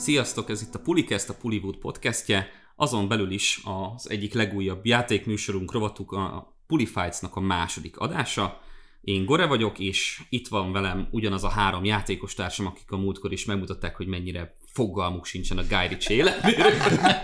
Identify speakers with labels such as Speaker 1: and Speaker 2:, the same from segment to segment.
Speaker 1: Sziasztok, ez itt a Pulicast, a Puliwood podcastje, azon belül is az egyik legújabb játékműsorunk, rovatuk a Pulifights-nak a második adása. Én Gore vagyok, és itt van velem ugyanaz a 3 játékos társam, akik a múltkor is megmutatták, hogy mennyire fogalmuk sincsen a Guy Ritchie életműről.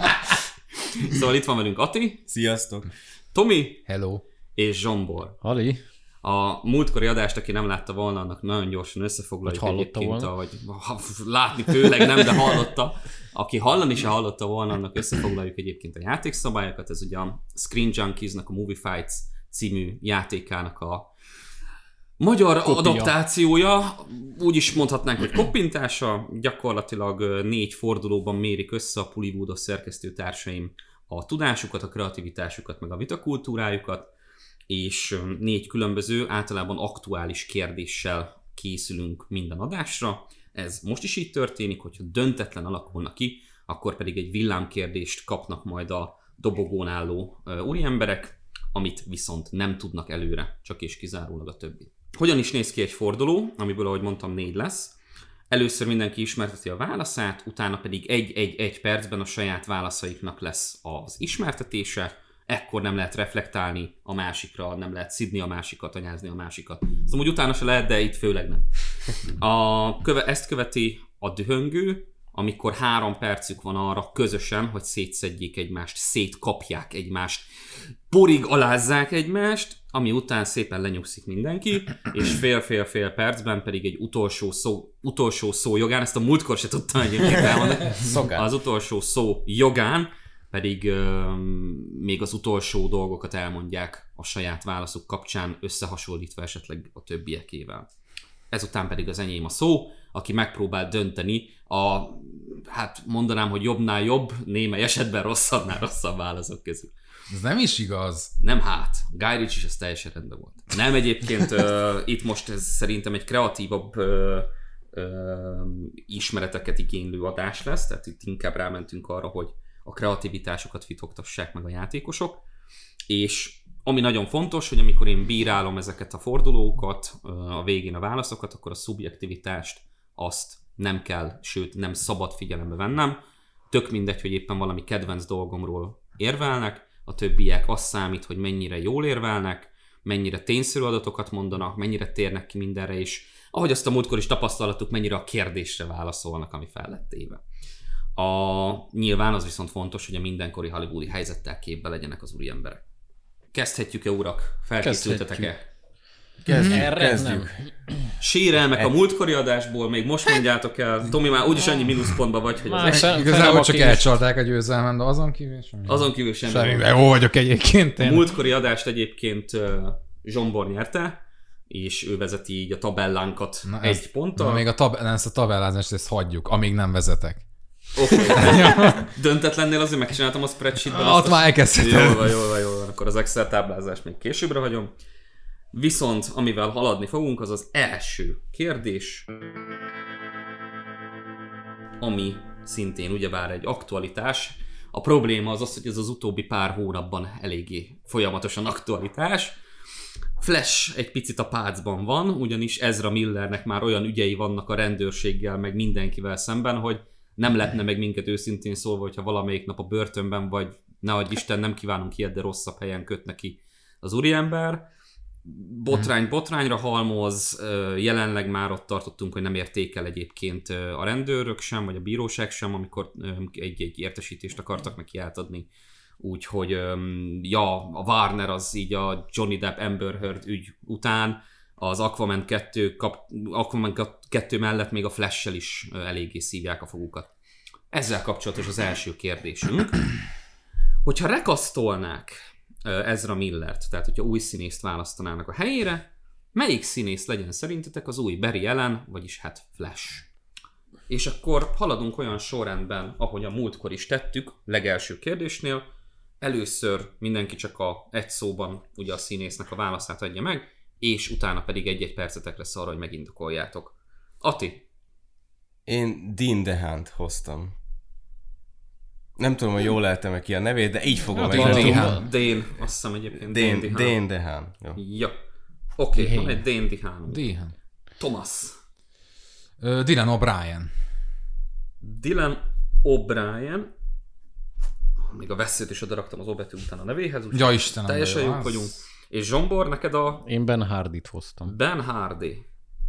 Speaker 1: Szóval itt van velünk Ati.
Speaker 2: Sziasztok.
Speaker 1: Tomi.
Speaker 3: Hello.
Speaker 1: És Zsombor.
Speaker 3: Ali.
Speaker 1: A múltkori adást, aki nem látta volna, annak nagyon gyorsan összefoglaljuk egyébként, vagy látni főleg nem, de hallotta. Aki hallani se hallotta volna, annak összefoglaljuk egyébként a játékszabályokat. Ez ugye a Screen Junkies-nak a Movie Fights című játékának a magyar adaptációja. Úgy is mondhatnánk, hogy koppintása. Gyakorlatilag 4 fordulóban mérik össze a Puliwoodos szerkesztőtársaim a tudásukat, a kreativitásukat, meg a vitakultúrájukat, és 4 különböző, általában aktuális kérdéssel készülünk minden adásra. Ez most is így történik, hogyha döntetlen alakulna ki, akkor pedig egy villámkérdést kapnak majd a dobogón álló úriemberek, amit viszont nem tudnak előre, csak és kizárólag a többi. Hogyan is néz ki egy forduló, amiből, ahogy mondtam, 4 lesz. Először mindenki ismerteti a válaszát, utána pedig 1 percben a saját válaszaiknak lesz az ismertetése. Ekkor nem lehet reflektálni a másikra, nem lehet szidni a másikat, anyázni a másikat. Szóval úgy utána se lehet, de itt főleg nem. Ezt követi a dühöngő, amikor 3 percük van arra közösen, hogy szétszedjék egymást, szétkapják egymást, porig alázzák egymást, ami után szépen lenyugszik mindenki, és fél percben pedig egy utolsó szó jogán, ezt a múltkor se tudtam egyébként elmondani, az utolsó szó jogán pedig még az utolsó dolgokat elmondják a saját válaszuk kapcsán, összehasonlítva esetleg a többiekével. Ezután pedig az enyém a szó, aki megpróbál dönteni hát mondanám, hogy jobbnál jobb, némely esetben rosszabbnál rosszabb válaszok közül.
Speaker 3: Ez nem is igaz.
Speaker 1: Nem Guy Ritchie is ez teljesen rendben volt. Nem egyébként, itt most ez szerintem egy kreatívabb ismereteket igénylő adás lesz, tehát itt inkább rámentünk arra, hogy a kreativitásokat fitoktassák meg a játékosok, és ami nagyon fontos, hogy amikor én bírálom ezeket a fordulókat, a végén a válaszokat, akkor a szubjektivitást azt nem kell, sőt nem szabad figyelembe vennem. Tök mindegy, hogy éppen valami kedvenc dolgomról érvelnek, a többiek az számít, hogy mennyire jól érvelnek, mennyire tényszerű adatokat mondanak, mennyire térnek ki mindenre, és ahogy azt a múltkor is tapasztalatuk, mennyire a kérdésre válaszolnak, ami fel lett téve. Nyilván az viszont fontos, hogy a mindenkori hollywoodi helyzettel képbe legyenek az úriemberek. Kezdhetjük-e, urak? Felkészültetek-e?
Speaker 2: Kezdjük.
Speaker 1: Sérelmek a múltkori adásból, még most mondjátok el. Tomi, már úgyis annyi mínuszpontban vagy, hogy az
Speaker 3: igazából csak elcsalták a győzelmen, de azon kívül semmi.
Speaker 1: Azon kívül semmi.
Speaker 3: Jó vagyok egyébként.
Speaker 1: A múltkori adást egyébként Zsombor nyerte, és ő vezeti így a tabellánkat egy ponttal.
Speaker 3: Még ezt a tabellázást ezt hagyjuk, amíg nem vezetek.
Speaker 1: Okay. Döntetlennél azért megcsináltam a spreadsheetben.
Speaker 3: Ott már elkezdhetem.
Speaker 1: Jól van, akkor az Excel táblázást még későbbre hagyom. Viszont amivel haladni fogunk, az az első kérdés, ami szintén ugyebár egy aktualitás. A probléma az, hogy ez az utóbbi pár hónapban eléggé folyamatosan aktualitás. Flash egy picit a pácban van, ugyanis Ezra Millernek már olyan ügyei vannak a rendőrséggel, meg mindenkivel szemben, hogy nem lepne meg minket őszintén szólva, hogyha valamelyik nap a börtönben, vagy nehogy Isten, nem kívánunk ilyet, de rosszabb helyen köt neki az úriember. Botrányra halmoz, jelenleg már ott tartottunk, hogy nem érték el egyébként a rendőrök sem, vagy a bíróság sem, amikor egy értesítést akartak neki átadni. Úgyhogy a Warner az így a Johnny Depp Amber Heard ügy után az Aquaman 2 mellett még a Flash-sel is eléggé szívják a fogukat. Ezzel kapcsolatos az első kérdésünk. Hogyha rekasztolnák Ezra Millert, tehát hogyha új színészt választanának a helyére, melyik színész legyen szerintetek az új Barry Allen, vagyis hát Flash? És akkor haladunk olyan sorrendben, ahogy a múltkor is tettük, legelső kérdésnél. Először mindenki csak egy szóban ugye a színésznek a válaszát adja meg, és utána pedig 1 percetek lesz arra, hogy megindokoljátok. Ati?
Speaker 2: Én Dean DeHaan-t hoztam. Nem tudom, hogy jól lehetem ki a nevét, de így fogom
Speaker 1: ejteni. Dane, azt hiszem egyébként.
Speaker 2: Dean DeHaan.
Speaker 1: Ja. Oké, van egy Dane DeHaan.
Speaker 3: DeHaan.
Speaker 1: Thomas.
Speaker 3: Dylan O'Brien.
Speaker 1: Dylan O'Brien, még a veszőt is odaraktam az O betű után a nevéhez, úgyhogy
Speaker 3: ja, Istenem,
Speaker 1: teljesen jók vagyunk. És Zsombor, neked a...
Speaker 4: Én Ben Hardyt hoztam.
Speaker 1: Ben Hardy.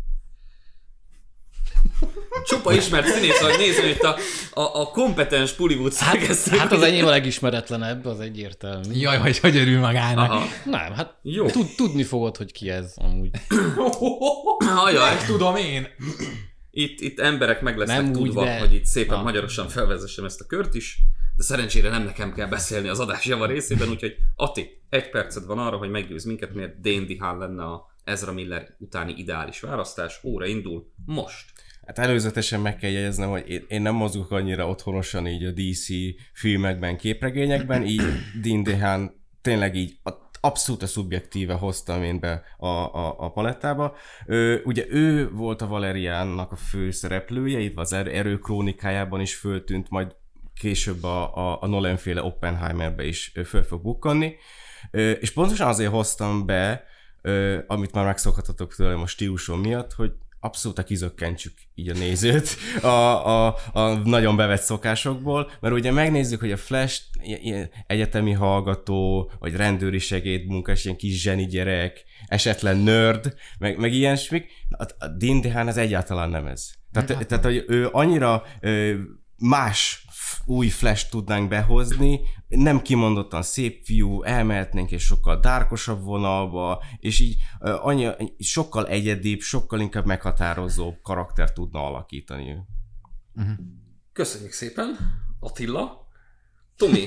Speaker 1: Csupa ismert színész, hogy nézni itt a kompetens Hollywood szerkesztő.
Speaker 4: Hát az enyém a legismeretlenebb, az egyértelmű.
Speaker 3: Jaj, hogy örül magának.
Speaker 1: Aha.
Speaker 4: Nem, hát
Speaker 1: jó.
Speaker 4: Tudni fogod, hogy ki ez amúgy.
Speaker 1: Ajaj.
Speaker 3: Tudom én.
Speaker 1: Itt emberek meg lesznek
Speaker 4: nem
Speaker 1: tudva,
Speaker 4: úgy, de...
Speaker 1: hogy itt szépen magyarosan felvezessem ezt a kört is, de szerencsére nem nekem kell beszélni az adás java részében, úgyhogy Ati, 1 perced van arra, hogy meggyőzz minket, miért Dane DeHaan lenne a Ezra Miller utáni ideális választás. Óra indul most.
Speaker 2: Hát előzetesen meg kell jegyeznem, hogy én nem mozgok annyira otthonosan így a DC filmekben, képregényekben, így Dane DeHaan tényleg így abszolút a szubjektíve hoztam én be a palettába. Ugye ő volt a Valeriánnak a főszereplője, itt az Erő krónikájában is föltűnt, majd később a Nolan-féle Oppenheimerbe is föl fog bukkanni. És pontosan azért hoztam be, amit már megszokhattatok tőlem a stílusom miatt, hogy abszolút kizökkentsük így a nézőt a nagyon bevett szokásokból, mert ugye megnézzük, hogy a Flash egyetemi hallgató, vagy rendőri segédmunkás, ilyen kis zseni gyerek, esetlen nerd, meg ilyesmik, a Dane DeHaan ez egyáltalán nem ez. Tehát hogy ő annyira más új Flash tudnánk behozni, nem kimondottan szép fiú, elmehetnénk egy sokkal dárkosabb vonalba, és így sokkal egyedibb, sokkal inkább meghatározó karakter tudna alakítani ő.
Speaker 1: Köszönjük szépen, Attila. Tomi.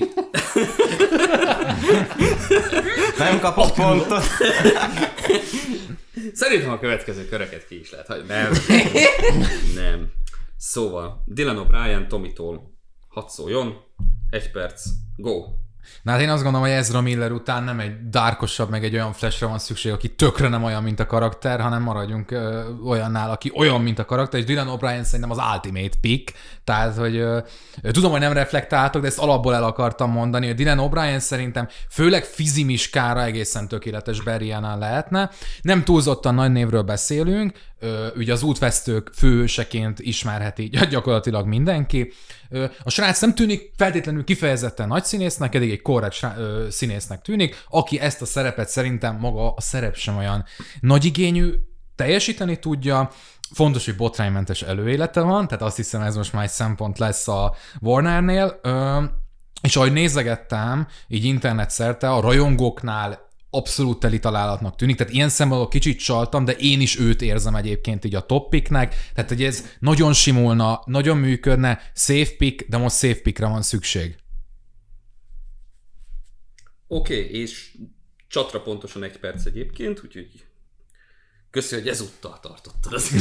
Speaker 2: Nem kapok pontot.
Speaker 1: Szerintem a következő köröket ki is lehet hagyni. Nem. Szóval, Dylan O'Brien, Tomitól hadd szóljon. 1 perc. Go.
Speaker 3: Na hát én azt gondolom, hogy Ezra Miller után nem egy dárkosabb, meg egy olyan Flashre van szükség, aki tökre nem olyan, mint a karakter, hanem maradjunk olyannál, aki olyan, mint a karakter, és Dylan O'Brien szerintem az ultimate pick, tehát, hogy tudom, hogy nem reflektáltok, de ezt alapból el akartam mondani, hogy Dylan O'Brien szerintem főleg fizimiskára egészen tökéletes Barryánál lehetne. Nem túlzottan nagy névről beszélünk, ugye az útvesztők főhőseként ismerheti gyakorlatilag mindenki. A srác nem tűnik feltétlenül kifejezetten nagy színésznek, eddig egy korrekt színésznek tűnik, aki ezt a szerepet szerintem maga a szerep sem olyan nagy igényű, teljesíteni tudja. Fontos, hogy botránymentes előélete van, tehát azt hiszem ez most már egy szempont lesz a Warnernél. És ahogy nézegettem, így internet szerte, a rajongóknál abszolút teli találatnak tűnik, tehát ilyen szemben kicsit csaltam, de én is őt érzem egyébként így a top picknek, tehát hogy ez nagyon simulna, nagyon működne, safe pick, de most safe pickre van szükség.
Speaker 1: Oké, és csatra pontosan 1 perc egyébként, úgyhogy köszi, hogy ezúttal tartottad az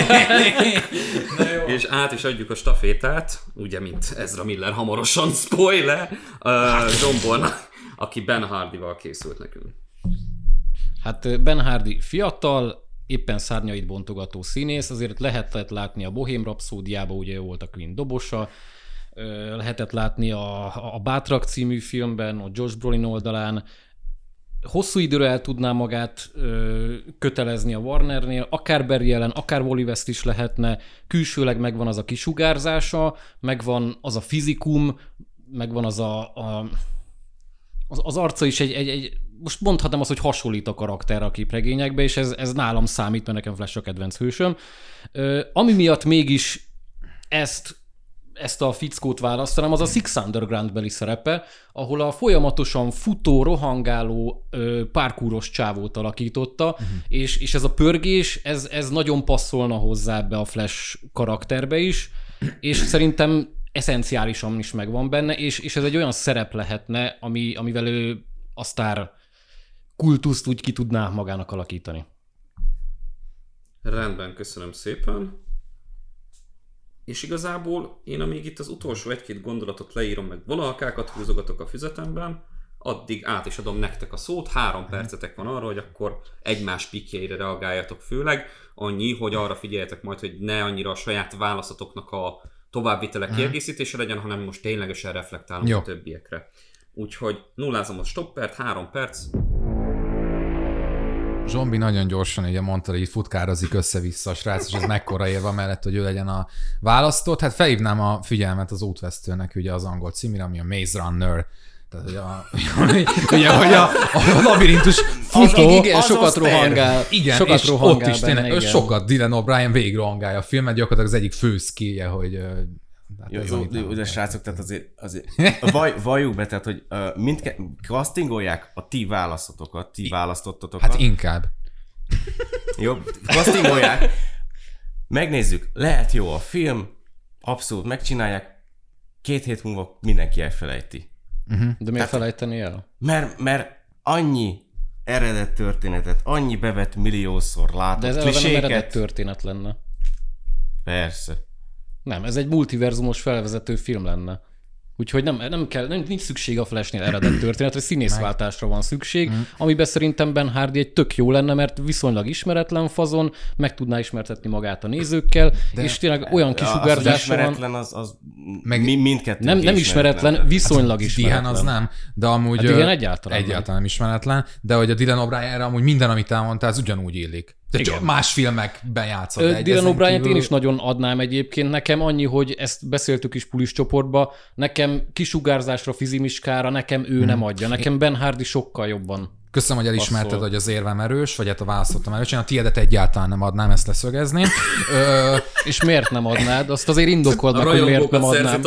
Speaker 1: és át is adjuk a stafétát, ugye, mint Ezra Miller hamarosan, spoiler, Zsombornak, aki Ben Hardyval készült nekünk.
Speaker 4: Hát Ben Hardy fiatal, éppen szárnyait bontogató színész, azért lehetett látni a Bohém Rapszódiába, ugye ő volt a Queen dobosa, lehetett látni a Bátrak című filmben, a Josh Brolin oldalán, hosszú időre el tudná magát kötelezni a Warnernél, akár Barry ellen, akár Wally West is lehetne, külsőleg megvan az a kisugárzása, megvan az a fizikum, megvan az az arca is egy most mondhatnám azt, hogy hasonlít a karakterre a képregényekbe, és ez nálam számít, mert nekem Flash a kedvenc hősöm. Ami miatt mégis ezt a fickót választanám, az a Six Underground-beli szerepe, ahol a folyamatosan futó, rohangáló, párkúros csávót alakította, és ez a pörgés, ez nagyon passzolna hozzá ebbe a Flash karakterbe is, és szerintem eszenciálisan is megvan benne, és ez egy olyan szerep lehetne, amivel ő a sztár kultuszt úgy ki tudná magának alakítani.
Speaker 1: Rendben, köszönöm szépen. És igazából én amíg itt az utolsó 1-2 gondolatot leírom, meg vonalkákat húzogatok a füzetemben, addig át is adom nektek a szót, 3 percetek van arra, hogy akkor egymás pikjeire reagáljatok főleg, annyi, hogy arra figyeljetek majd, hogy ne annyira a saját válaszatoknak a továbbvitele kiegészítése legyen, hanem most ténylegesen reflektálunk a többiekre. Úgyhogy nullázom a stoppert, 3 perc.
Speaker 3: Zsombi nagyon gyorsan ugye mondta, hogy itt futkározik össze-vissza a srác, és ez mekkora érve mellett, hogy ő legyen a választott. Hát felhívnám a figyelmet az útvesztőnek ugye az angol címére, ami a Maze Runner. Tehát, hogy a labirintus futó.
Speaker 4: Igen, sokat rohangál.
Speaker 3: Igen, sokat és rohangál ott is benne, tényleg, sokat Dylan O'Brien végig rohangálja a filmet, gyakorlatilag az egyik fő skillje, hogy...
Speaker 2: Ugye srácok, tehát azért valljuk be, tehát, hogy castingolják a ti választottakat, ti választottatokat.
Speaker 3: Hát inkább.
Speaker 2: Jó, castingolják, megnézzük, lehet jó a film, abszolút megcsinálják, 2 hét múlva mindenki elfelejti.
Speaker 4: De miért felejteni el?
Speaker 2: Mert annyi eredet történetet, annyi bevett milliószor látott
Speaker 4: kliséket. De ez nem eredet történet lenne.
Speaker 2: Persze.
Speaker 4: Nem, ez egy multiverzumos felvezető film lenne. Úgyhogy nincs szükség a Flashnél eredet történetre, színészváltásra van szükség, amiben szerintem Ben Hardy egy tök jó lenne, mert viszonylag ismeretlen fazon, meg tudná ismertetni magát a nézőkkel, és tényleg olyan kisugárzása van...
Speaker 2: ismeretlen az mindkettő
Speaker 4: nem ismeretlen, viszonylag ismeretlen.
Speaker 3: Dihan az nem, de amúgy...
Speaker 4: Hát Dihan egyáltalán
Speaker 3: nem ismeretlen, de hogy a Dylan O'Brienre amúgy minden, amit elmondtál, az ugyanúgy illik. Csak más filmekben játszott.
Speaker 4: Dylan O'Brien-t én is nagyon adnám egyébként. Nekem annyi, hogy ezt beszéltük is Pulis csoportba, nekem kisugárzásra, fizimiskára, nekem ő nem adja. Nekem Ben Hardy sokkal jobban.
Speaker 3: Köszönöm, hogy elismerted, hogy az érvem erős, vagy hát a választottam erős. Én a tiédet egyáltalán nem adnám, ezt leszögezném.
Speaker 4: És miért nem adnád? Azt azért indokold meg, hogy miért nem adnám.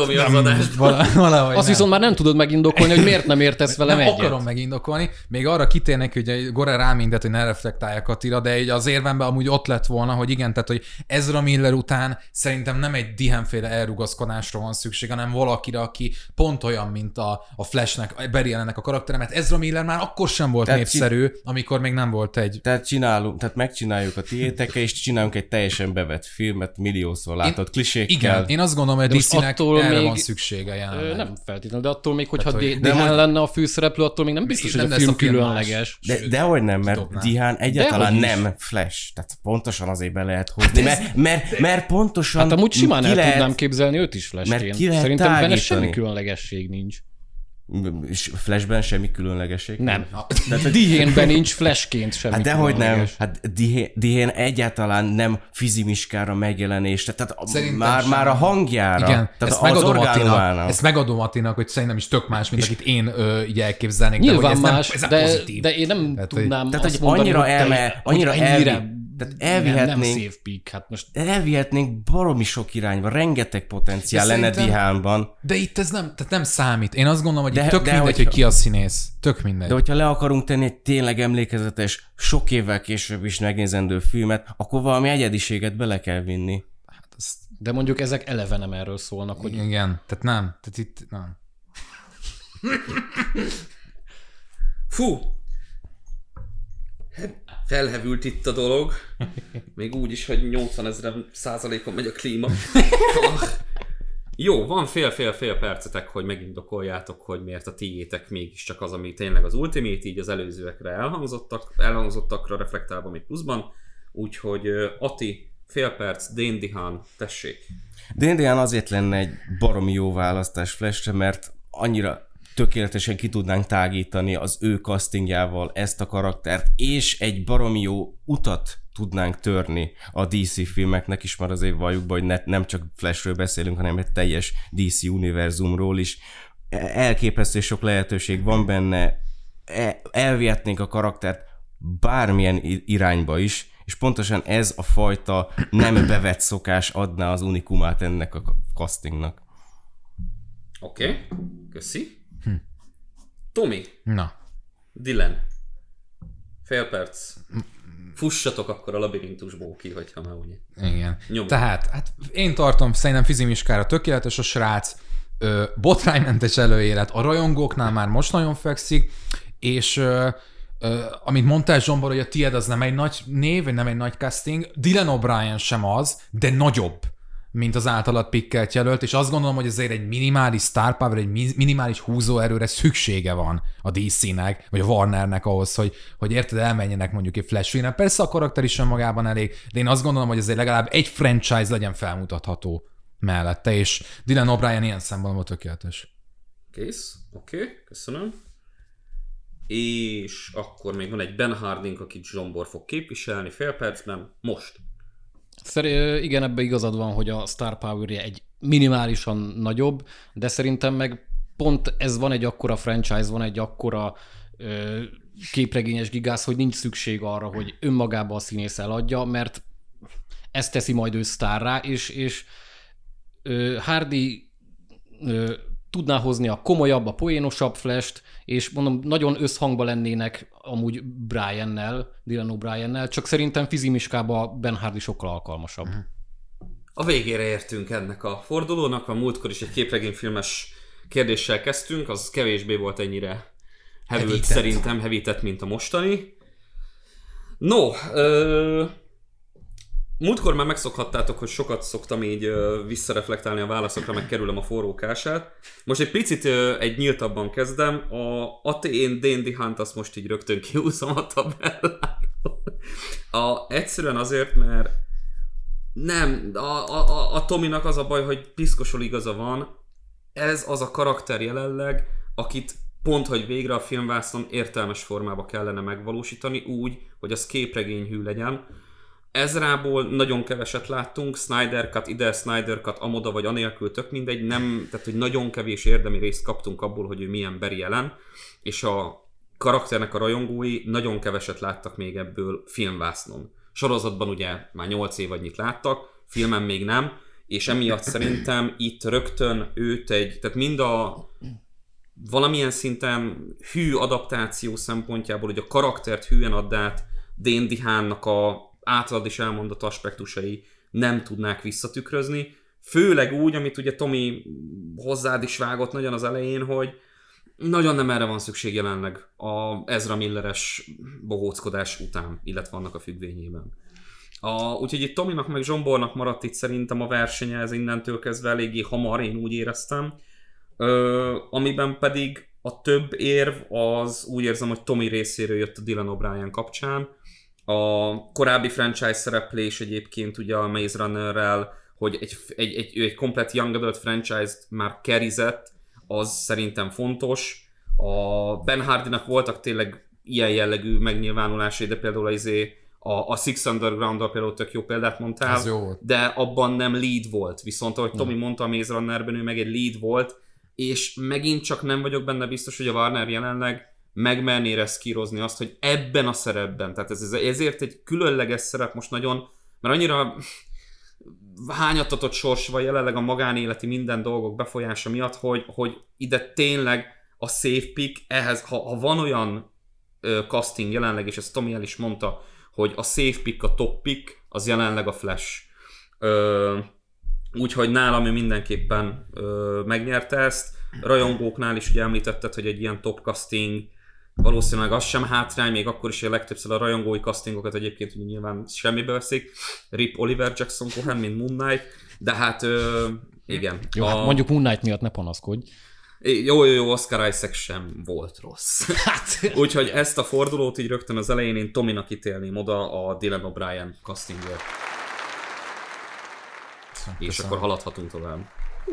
Speaker 4: Azt viszont már nem tudod megindokolni, hogy miért nem értesz velem egyet.
Speaker 3: Nem akarom megindokolni. Még arra kitérnek, hogy Gore rámintett, hogy ne reflektálják Attila, de így az érvemben amúgy ott lett volna, hogy igen, tehát hogy Ezra Miller után szerintem nem egy Dihan-féle elrugaszkodásra van szükség, hanem valakire, aki pont olyan, mint a Flashnek, Barry Allennek a karaktere, mert Ezra Miller már akkor sem volt népszerű, amikor még nem volt egy...
Speaker 2: Tehát megcsináljuk a tiétekkel, és csinálunk egy teljesen bevett filmet, milliószor látott klisékkel.
Speaker 3: Igen, én azt gondolom, hogy DC-nek erre van szüksége jelenleg.
Speaker 4: Nem feltétlenül, de attól még, hogyha Dihan lenne a főszereplő, attól még nem biztos, hogy a film különleges.
Speaker 2: Dehogy nem, mert Dihan egyáltalán nem Flash. Tehát pontosan azért be lehet hozni, mert pontosan...
Speaker 4: Hát amúgy simán el tudnám képzelni őt is Flashként. Szerintem benne semmi különlegesség nincs.
Speaker 2: És Flashben semmi különlegesség?
Speaker 4: Nem. Dihénben nincs Flashként semmi
Speaker 2: dehogy nem. Hát Dihén egyáltalán nem fizimiskára megjelenés. Tehát már a hangjára. Igen,
Speaker 3: tehát ezt megadom Attinak, hogy szerintem is tök más, mint akit én így elképzelnék.
Speaker 4: Nyilván de, más, de én nem tudnám
Speaker 2: tehát,
Speaker 4: azt mondani,
Speaker 2: annyira
Speaker 4: nem safe pick. Hát most...
Speaker 2: Elvihetnénk baromi sok irányba, rengeteg potenciál lenne Dihánban.
Speaker 3: De itt ez nem számít. Én azt gondolom, hogy tök mindegy, hogy ki a színész. Tök mindegy.
Speaker 2: De hogyha le akarunk tenni egy tényleg emlékezetes, sok évvel később is megnézendő filmet, akkor valami egyediséget bele kell vinni.
Speaker 4: De mondjuk ezek eleve nem erről szólnak, hogy...
Speaker 3: Igen, tehát nem. Tehát itt nem.
Speaker 1: Fú! Felhevült itt a dolog. Még úgy is, hogy 80 000% megy a klíma. Jó, van fél percetek, hogy megindokoljátok, hogy miért a tiétek mégiscsak az, ami tényleg az Ultimate, így az előzőekre elhangzottakra reflektálva még pluszban. Úgyhogy Ati, fél perc, Dane DeHaan, tessék.
Speaker 2: Dane DeHaan azért lenne egy baromi jó választás Flashre, mert annyira tökéletesen ki tudnánk tágítani az ő castingjával ezt a karaktert, és egy baromi jó utat tudnánk törni a DC filmeknek is, már azért valljuk be, hogy nem csak Flashről beszélünk, hanem egy teljes DC univerzumról is. Elképesztő sok lehetőség van benne, elvihetnénk a karaktert bármilyen irányba is, és pontosan ez a fajta nem bevett szokás adná az unikumát ennek a castingnak.
Speaker 1: Oké, köszi. Tomi.
Speaker 3: Na.
Speaker 1: Dylan. Fél perc. Fussatok akkor a labirintusból ki, hogyha már úgy.
Speaker 3: Igen. Nyomj. Tehát, hát én tartom, szerintem fizimiskára tökéletes a srác, botránymentes előélet, a rajongóknál már most nagyon fekszik, és amit mondtál Zsombor, hogy a tiéd az nem egy nagy név, vagy nem egy nagy casting, Dylan O'Brien sem az, de nagyobb, mint az általad pikkelt jelölt, és azt gondolom, hogy azért egy minimális star power, egy minimális húzóerőre szüksége van a DC-nek, vagy a Warnernek ahhoz, hogy érted, elmenjenek mondjuk egy Flash filmre. Persze a karakter is önmagában elég, de én azt gondolom, hogy azért legalább egy franchise legyen felmutatható mellette, és Dylan O'Brien ilyen szempontból tökéletes.
Speaker 1: Kész, oké, köszönöm. és akkor még van egy Ben Harding, akit Zsombor fog képviselni fél percben, most.
Speaker 4: Igen, ebben igazad van, hogy a Star Power-je egy minimálisan nagyobb, de szerintem meg pont ez van egy akkora franchise, van egy akkora képregényes gigász, hogy nincs szükség arra, hogy önmagában a színész eladja, mert ezt teszi majd ő sztárrá, és Hardy tudná hozni a komolyabb, a poénosabb Flash-t, és mondom, nagyon összhangban lennének amúgy Dylan O'Briennel, csak szerintem fizimiskában Ben Hardy sokkal alkalmasabb.
Speaker 1: A végére értünk ennek a fordulónak, a múltkor is egy képregényfilmes kérdéssel kezdtünk, az kevésbé volt ennyire hevített, mint a mostani. No, múltkor már megszokhattátok, hogy sokat szoktam így visszareflektálni a válaszokra, meg kerülöm a forrókását. Most egy picit egy nyíltabban kezdem. A Athén D&D Hunt azt most így rögtön kihúzom a tabelláról. Egyszerűen azért, mert nem, a Tominak az a baj, hogy piszkosul igaza van. Ez az a karakter jelenleg, akit pont, hogy végre a filmvászon értelmes formába kellene megvalósítani úgy, hogy az képregényhű legyen. Ezrából nagyon keveset láttunk, Snyder Cut ide, Snyder Cut amoda, vagy anélkül, tök mindegy, nem, tehát hogy nagyon kevés érdemi részt kaptunk abból, hogy ő milyen Barry jelen, és a karakternek a rajongói nagyon keveset láttak még ebből filmvásznon. Sorozatban ugye már 8 évadnyit láttak, filmen még nem, és emiatt szerintem itt rögtön őt tehát mind a valamilyen szinten hű adaptáció szempontjából, hogy a karaktert hűen add át D&D Hánnak a általad is elmondott aspektusai nem tudnák visszatükrözni. Főleg úgy, amit ugye Tomi hozzád is vágott nagyon az elején, hogy nagyon nem erre van szükség jelenleg a Ezra Milleres bohóckodás után, illetve annak a függvényében. Úgyhogy itt Tominak meg Zsombornak maradt itt szerintem a versenye, ez innentől kezdve eléggé hamar, én úgy éreztem. Amiben pedig a több érv az úgy érzem, hogy Tomi részéről jött a Dylan O'Brien kapcsán. A korábbi franchise szereplés egyébként ugye a Maze Runnerrel, hogy egy komplett Young Adult franchise-t már kerizett, az szerintem fontos. A Ben Hardynak voltak tényleg ilyen jellegű megnyilvánulásai, de például a Six Underground-dal például tök jó példát mondtál, de abban nem lead volt. Viszont ahogy Tomi mondta, a Maze Runnerben ő meg egy lead volt, és megint csak nem vagyok benne biztos, hogy a Warner jelenleg megmerné reszkírozni azt, hogy ebben a szerepben, tehát ezért egy különleges szerep most nagyon, mert annyira hányattatott sors van jelenleg a magánéleti minden dolgok befolyása miatt, hogy ide tényleg a safe pick, ehhez, ha van olyan casting jelenleg, és ezt Tomi el is mondta, hogy a safe pick, a top pick, az jelenleg a Flash. Úgyhogy nálam ő mindenképpen megnyerte ezt. Rajongóknál is ugye említetted, hogy egy ilyen top casting valószínűleg az sem hátrány, még akkor is, hogy legtöbbször a rajongói castingokat egyébként ugye nyilván semmibe veszik. Rip Oliver Jackson Cohen, mint Moon Knight, de hát igen.
Speaker 4: Jó, hát mondjuk Moon Knight miatt ne panaszkodj.
Speaker 1: Jó, Oscar Isaac sem volt rossz. Úgyhogy ezt a fordulót így rögtön az elején én Tominak ítélném oda a Dylan O'Brien castingért. És akkor haladhatunk tovább.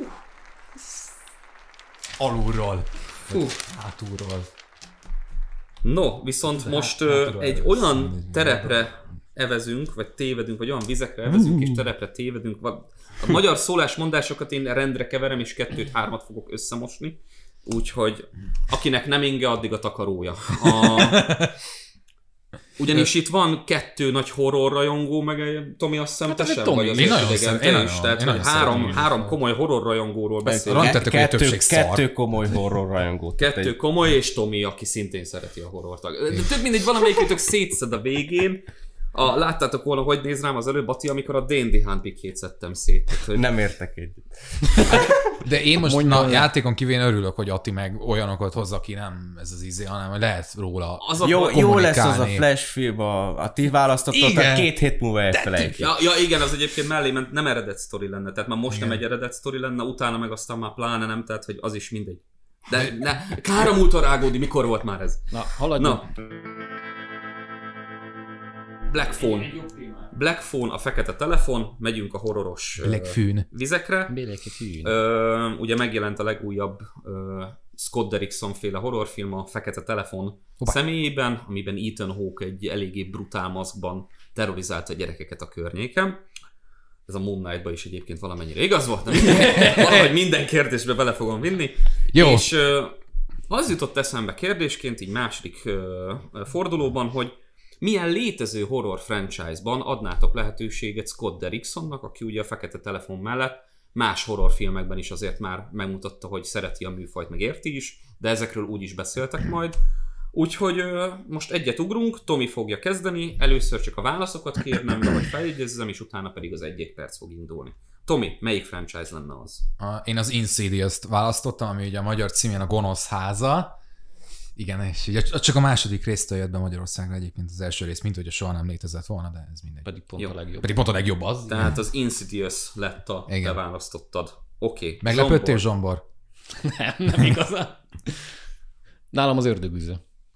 Speaker 3: Alulról. Hátulról.
Speaker 1: No, viszont most egy olyan terepre evezünk, vagy tévedünk, vagy olyan vizekre evezünk, és terepre tévedünk. A magyar szólásmondásokat én rendre keverem, és 2-3 fogok összemosni. Úgyhogy akinek nem inge, addig a takarója. Ugyanis itt van 2 nagy horror rajongó, meg Tomi, azt hiszem, te sem vagy az idegen, te is. Tehát 3 komoly horror rajongóról beszélünk.
Speaker 2: 2 komoly horror rajongó.
Speaker 1: 2 komoly, és Tomi, aki szintén szereti a horrort. De több mindegy, valamelyikőtök szétszed a végén. Láttátok volna, hogy néz rám az előbb, Ati, amikor a D&D Hunt pickjét szedtem szét. Hogy...
Speaker 2: Nem értek egyet.
Speaker 3: De én most játékon kívül örülök, hogy Ati meg olyanokat hoz, aki nem ez az ízé, hanem lehet róla
Speaker 2: jó lesz az a Flash film, a ti választottat, 2 hét múlva elfelejtjük.
Speaker 1: Ja, igen, az egyébként mellé ment, nem eredet sztori lenne, tehát már most nem egy eredet sztori lenne, utána meg aztán már pláne nem, tehát hogy az is mindegy. De kár a múltra rágódni, mikor volt már ez?
Speaker 4: Na, haladjunk.
Speaker 1: Black Phone, a fekete telefon, megyünk a horroros vizekre. Ugye megjelent a legújabb Scott Derrickson féle horrorfilm a Fekete Telefon személyében, amiben Ethan Hawke egy eléggé brutál maszkban terrorizálta a gyerekeket a környéken. Ez a Moon Knight-ban is egyébként valamennyire igaz volt, de valahogy minden kérdésbe bele fogom vinni. Jó. És az jutott eszembe kérdésként, így második fordulóban, hogy milyen létező horror franchise-ban adnátok lehetőséget Scott Derricksonnak, aki ugye a Fekete Telefon mellett más horrorfilmekben is azért már megmutatta, hogy szereti a műfajt, meg érti is, de ezekről úgy is beszéltek majd. Úgyhogy most egyet ugrunk, Tomi fogja kezdeni, először csak a válaszokat kérnem, vagy feljegyezzem, és utána pedig az 1 perc fog indulni. Tomi, melyik franchise lenne az?
Speaker 3: Én az Insidious-t választottam, ami ugye a magyar címén a Gonosz háza. Igen, és ugye csak a második résztől jött be Magyarországra egyébként az első rész, mint hogy soha nem létezett volna, de ez mindegy.
Speaker 4: Pedig pont a legjobb.
Speaker 3: Pedig pont a legjobb az.
Speaker 1: Tehát az Insidious lett a te választottad. Oké.
Speaker 3: Meglepődtél, Zsombor?
Speaker 4: Nem igazán. Nálam az Ördögűző.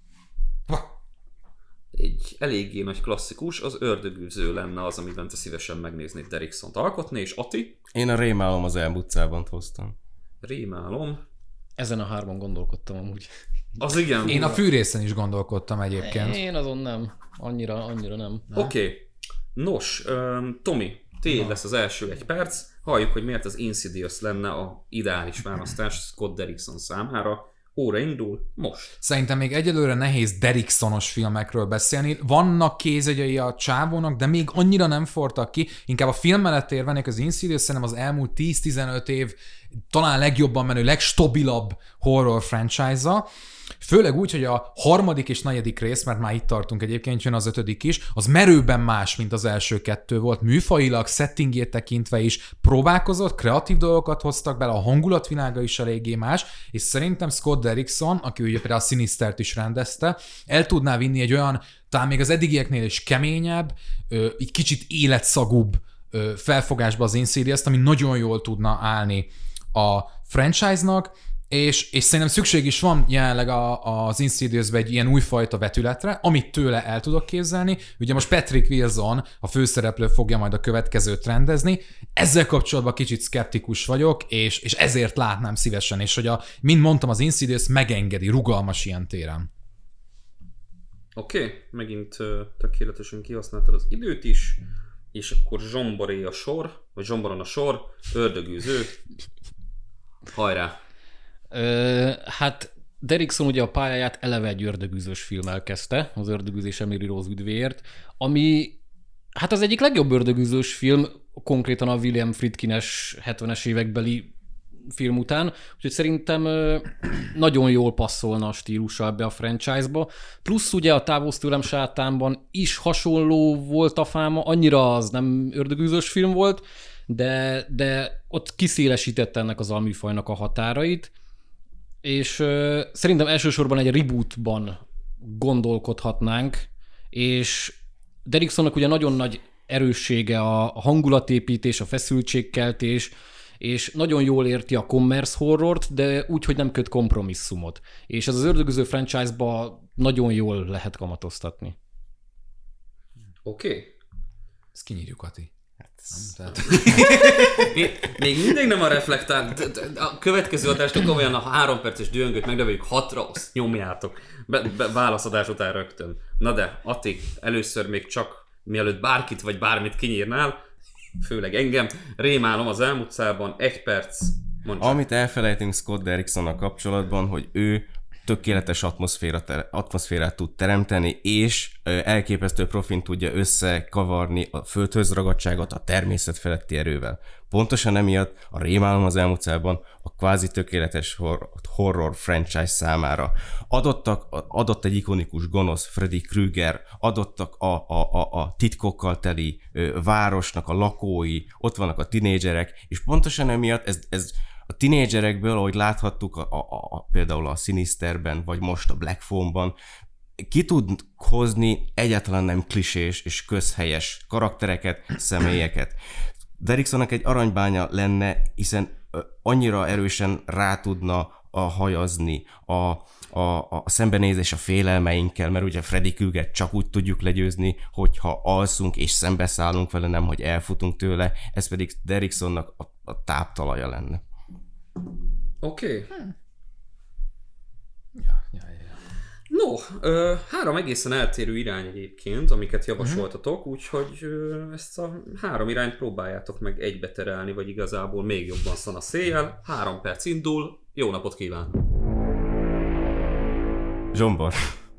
Speaker 1: Egy eléggé nagy klasszikus, az Ördögűző lenne az, amiben te szívesen megnéznéd Derricksont alkotni, és Ati?
Speaker 2: Én a Rémálom az Elmúcában hoztam.
Speaker 1: Rémálom.
Speaker 4: Ezen a 3 gondolkodtam amúgy.
Speaker 1: Az igen.
Speaker 3: Én a Fűrészen is gondolkodtam egyébként.
Speaker 4: Én azon nem. Annyira nem.
Speaker 1: Oké. Nos, Tomi, tiéd lesz az első 1 perc. Halljuk, hogy miért az Insidious lenne a ideális választás Scott Derrickson számára. Óra indul most.
Speaker 3: Szerintem még egyelőre nehéz Derricksonos filmekről beszélni. Vannak kézjegyei a csávónak, de még annyira nem fortak ki. Inkább a film mellett érvenek az Insidious, szerintem az elmúlt 10-15 év talán legjobban menő, legstabilabb horror franchise-a. Főleg úgy, hogy a 3. és 4. rész, mert már itt tartunk egyébként, jön az 5. is, az merőben más, mint az első 2 volt. Műfajilag, settingjét tekintve is próbálkozott, kreatív dolgokat hoztak bele, a hangulatvilága is eléggé más, és szerintem Scott Derrickson, aki ugye például a Sinistert is rendezte, el tudná vinni egy olyan, talán még az eddigieknél is keményebb, így kicsit életszagúbb felfogásba az Insidious-t, ami nagyon jól tudna állni a franchise-nak, és szerintem szükség is van jelenleg az Insidious-be egy ilyen újfajta vetületre, amit tőle el tudok képzelni. Ugye most Patrick Wilson, a főszereplő fogja majd a következőt rendezni. Ezzel kapcsolatban kicsit szkeptikus vagyok, és ezért látnám szívesen, és hogy mint mondtam, az Insidious megengedi, rugalmas ilyen téren.
Speaker 1: Oké, megint tökéletesen kihasználtad az időt is, és akkor Zsomboré a sor, vagy Zsomboron a sor, Ördögűző. Hajrá!
Speaker 4: Hát Derrickson ugye a pályáját eleve egy ördögűzős filmmel kezdte, az Ördögűzés Emily Rose üdvéért, ami hát az egyik legjobb ördögűzős film, konkrétan a William Friedkin-es 70-es évekbeli film után, úgyhogy szerintem nagyon jól passzolna a stílusa ebbe a franchise-ba. Plusz ugye a Távozz tőlem sátánban is hasonló volt a fáma, annyira az nem ördögűzős film volt, de ott kiszélesítette ennek az alműfajnak a határait, és szerintem elsősorban egy rebootban gondolkodhatnánk, és Derricksonnak ugye nagyon nagy erőssége a hangulatépítés, a feszültségkeltés, és nagyon jól érti a commerce horrort, de úgy, hogy nem köt kompromisszumot. És ez az Ördögűző franchise-ba nagyon jól lehet kamatoztatni.
Speaker 1: Oké.
Speaker 3: Ezt kinyírjuk, Ati.
Speaker 1: Még mindig nem a reflektál. A következő adást komolyan a 3 perces dühöngőt megnöveljük 6-ra, azt nyomjátok. Válaszadás után rögtön. Na de, Ati, először még csak mielőtt bárkit vagy bármit kinyírnál, főleg engem, Rémálom az Elmúcában, 1 perc. Mondja.
Speaker 2: Amit elfelejtünk Scott Derricksonnal kapcsolatban, hogy ő tökéletes atmoszférát tud teremteni, és elképesztő profin tudja összekavarni a földhöz ragadtságot a természet feletti erővel. Pontosan emiatt a Rémálom az Elmúcában a kvázi tökéletes horror franchise számára. Adott egy ikonikus gonosz Freddy Krueger, adottak a titkokkal teli városnak a lakói, ott vannak a tinédzserek, és pontosan emiatt ez a tinédzserekből, ahogy láthattuk például a Sinisterben, vagy most a Black Phone-ban, ki tud hozni egyáltalán nem klisés és közhelyes karaktereket, személyeket. Derricksonnak egy aranybánya lenne, hiszen annyira erősen rá tudna hajazni a szembenézés a félelmeinkkel, mert ugye Freddy Krueger csak úgy tudjuk legyőzni, hogyha alszunk és szembeszállunk vele, nem hogy elfutunk tőle, ez pedig Derricksonnak a táptalaja lenne.
Speaker 1: Oké. No, 3 egészen eltérő irány egyébként, amiket javasoltatok, úgyhogy ezt a 3 irányt próbáljátok meg egybe terelni, vagy igazából még jobban szan a széjjel. 3 perc indul, jó napot kíván!
Speaker 2: Zsombor.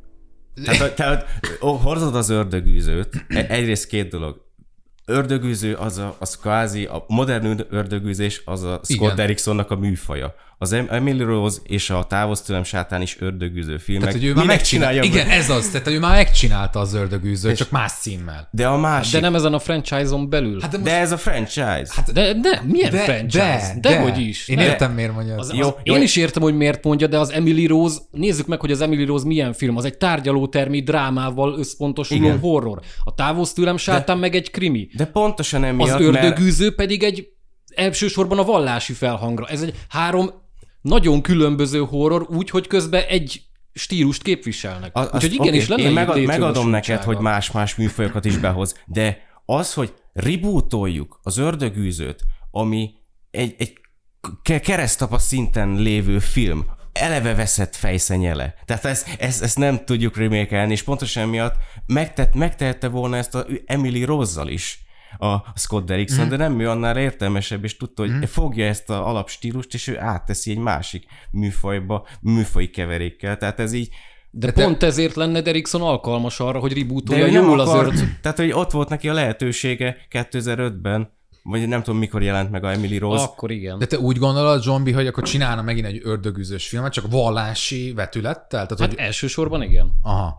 Speaker 2: Tehát hordod az ördögűzőt. Egyrészt 2 dolog. Ördögűző az kvázi, a modern ördögűzés az a Scott Derricksonnak a műfaja. Az Emily Rose és a Távozz tőlem sátán is ördögűző filmek.
Speaker 3: Tehát, hogy ő már megcsinálja. Igen, ez az, tehát ő már megcsinálta az ördögűzőt, csak más címmel.
Speaker 2: De a másik...
Speaker 4: De nem ezen a franchise-on belül.
Speaker 2: Hát de ez a franchise.
Speaker 4: Hát de milyen franchise? Dehogy is.
Speaker 3: Én értem, miért mondja.
Speaker 4: Én is értem, hogy miért mondja, de az Emily Rose, nézzük meg, hogy az Emily Rose milyen film. Az egy tárgyalótermi drámával összpontosuló horror. A Távozz tőlem sátán meg egy krimi.
Speaker 2: De pontosan emiatt,
Speaker 4: az ördögűző pedig egy elsősorban a vallási felhangra. Ez egy 3 nagyon különböző horror, úgy, hogy közben egy stílust képviselnek. Úgyhogy igenis lenne
Speaker 2: én megadom neked, hogy más-más műfajokat is behoz, de az, hogy rebootoljuk az ördögűzőt, ami egy keresztapa szinten lévő film, eleve veszett fejszennyele. Tehát ezt nem tudjuk remake-elni, és pontosan miatt megtehette volna ezt a Emily Rose-zal is a Scott Derrickson, de nem ő annál értelmesebb, és tudta, hogy fogja ezt az alapstílust, és ő átteszi egy másik műfajba, műfaji keverékkel. Tehát ez így...
Speaker 4: De pont ezért lenne Derrickson alkalmas arra, hogy rebootolja jól az
Speaker 2: Tehát, hogy ott volt neki a lehetősége 2005-ben, vagy nem tudom, mikor jelent meg a Emily Rose.
Speaker 4: Akkor igen.
Speaker 3: De te úgy gondolod, Zsombi, hogy akkor csinálna megint egy ördögűzős filmet, csak vallási vetülettel? Tehát,
Speaker 4: hogy... elsősorban igen.
Speaker 3: Aha.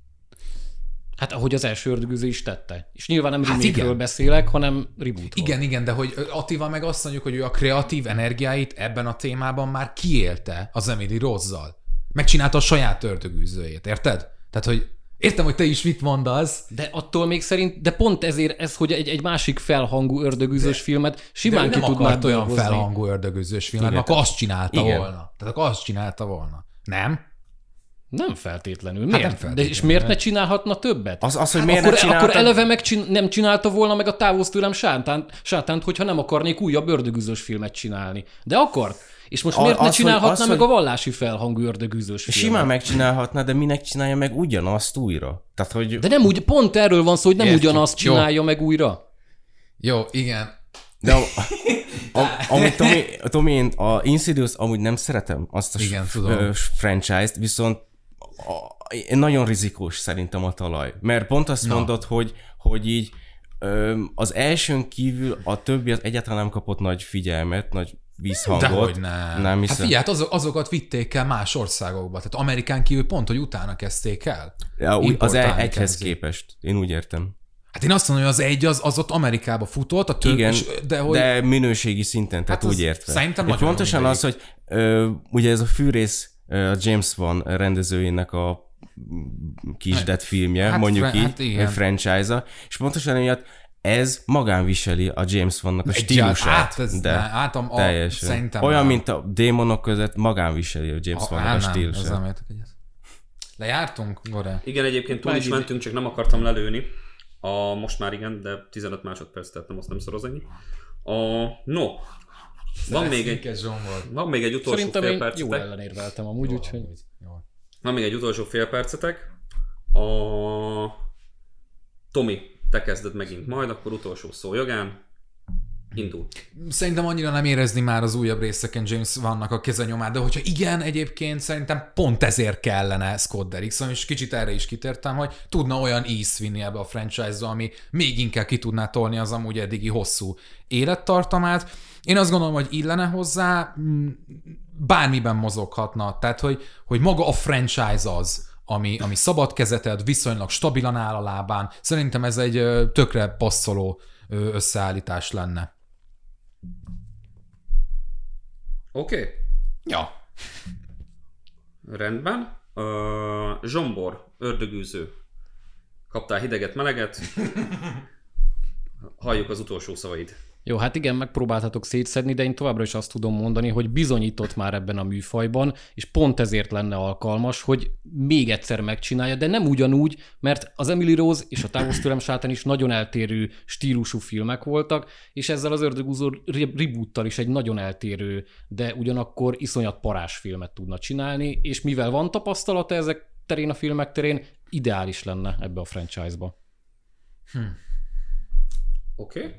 Speaker 4: Hát ahogy az első ördögűző is tette. És nyilván nem remake-ről beszélek, hanem rebootról.
Speaker 3: Igen, de hogy Attival meg azt mondjuk, hogy ő a kreatív energiáit ebben a témában már kiélte az Emily Rose-zal. Megcsinálta a saját ördögűzőjét, érted? Tehát, hogy értem, hogy te is mit mondasz.
Speaker 4: De attól még szerint, de pont ezért ez, hogy egy másik felhangú ördögűzős filmet simán ki tudnád
Speaker 3: olyan felhangú ördögűzős filmet, akkor azt csinálta volna. Tehát akkor azt csinálta volna. Nem?
Speaker 4: Nem feltétlenül. Miért? Nem feltétlenül. És miért ne csinálhatna többet?
Speaker 2: Az hogy miért
Speaker 4: akkor eleve nem csinálta volna meg a Távozz tőlem sátánt, hogyha nem akarnék újabb ördögűzős filmet csinálni. De akart. És most miért ne csinálhatná meg a vallási felhangú ördögűzős filmet?
Speaker 2: Simán megcsinálhatná, de minek csinálja meg ugyanazt újra? Tehát, hogy...
Speaker 4: De nem úgy, pont erről van szó, hogy nem ugyanazt csinálja meg újra.
Speaker 3: Jó, igen.
Speaker 2: De amit Tomi, én a Insidious amúgy nem szeretem azt a franchise-t, viszont nagyon rizikós szerintem a talaj. Mert pont azt mondod, hogy így az elsőn kívül a többi az egyáltalán nem kapott nagy figyelmet, nagy vízhangot.
Speaker 3: Dehogy nem. Hát figyelj, azokat vitték el más országokba. Tehát Amerikán kívül pont, hogy utána kezdték el.
Speaker 2: Ja, az egyhez képest. Én úgy értem.
Speaker 3: Hát én azt mondom, hogy az egy az ott Amerikába futott, a több
Speaker 2: igen,
Speaker 3: is,
Speaker 2: de minőségi szinten, tehát úgy értve.
Speaker 3: Szerintem
Speaker 2: nagyon pontosan az, hogy ugye ez a fűrész a James Wan rendezőjének a kisdet filmje, mondjuk így, franchise-a, és pontosan emiatt ez magán viseli a James Wan-nak a stílusát. Teljesen.
Speaker 3: Szerintem
Speaker 2: olyan, mint a démonok között magán viseli a James Wan-nak a stílusát.
Speaker 3: Lejártunk, Gore?
Speaker 1: Igen, egyébként túl is mentünk, csak nem akartam lelőni. Most már igen, de 15 másodperc, tehát nem azt nem szoroz ennyi. Van még egy utolsó
Speaker 4: szerintem
Speaker 1: fél percetek.
Speaker 4: Szerintem én jól ellenérveltem amúgy, úgyhogy...
Speaker 1: Van még egy utolsó fél percetek. Tomi, te kezded megint majd, akkor utolsó szó jogán. Indul.
Speaker 3: Szerintem annyira nem érezni már az újabb részeken James Wan-nak a kezenyomát, de hogyha igen, egyébként szerintem pont ezért kellene Scott Derrickson, és kicsit erre is kitértem, hogy tudna olyan ízt vinni ebbe a franchise-ba, ami még inkább ki tudná tolni az amúgy eddigi hosszú élettartamát. Én azt gondolom, hogy illene hozzá, bármiben mozoghatna, tehát hogy maga a franchise az, ami szabad kezeted, viszonylag stabilan áll a lábán. Szerintem ez egy tökre passzoló összeállítás lenne.
Speaker 1: Oké.
Speaker 3: Ja.
Speaker 1: Rendben. Zsombor, ördögűző. Kaptál hideget, meleget? Halljuk az utolsó szavaid.
Speaker 4: Jó, hát igen, megpróbáltatok szétszedni, de én továbbra is azt tudom mondani, hogy bizonyított már ebben a műfajban, és pont ezért lenne alkalmas, hogy még egyszer megcsinálja, de nem ugyanúgy, mert az Emily Rose és a Távozz tőlem sátán is nagyon eltérő stílusú filmek voltak, és ezzel az Ördögúszó reboottal is egy nagyon eltérő, de ugyanakkor iszonyat parás filmet tudna csinálni, és mivel van tapasztalata ezek terén, a filmek terén, ideális lenne ebbe a franchise-ba.
Speaker 1: Oké.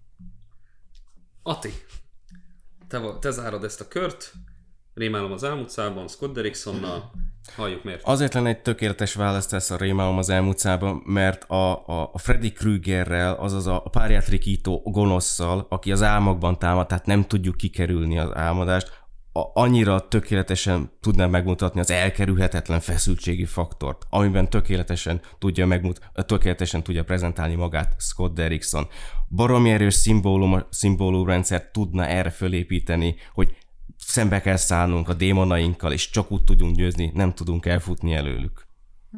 Speaker 1: Ati, te zárod ezt a kört, Rémálom az álmutcában, Scott Derricksonnal, halljuk miért.
Speaker 2: Azért lenne egy tökéletes választás a Rémálom az álmutcában, mert a Freddy Kruegerrel, azaz a párját rikító gonoszszal, aki az álmokban támad, tehát nem tudjuk kikerülni az álmodást, annyira tökéletesen tudná megmutatni az elkerülhetetlen feszültségi faktort, amiben tökéletesen tudja prezentálni magát Scott Derrickson. Baromi erős szimbólumrendszert tudna erre fölépíteni, hogy szembe kell szállnunk a démonainkkal, és csak úgy tudunk győzni, nem tudunk elfutni előlük.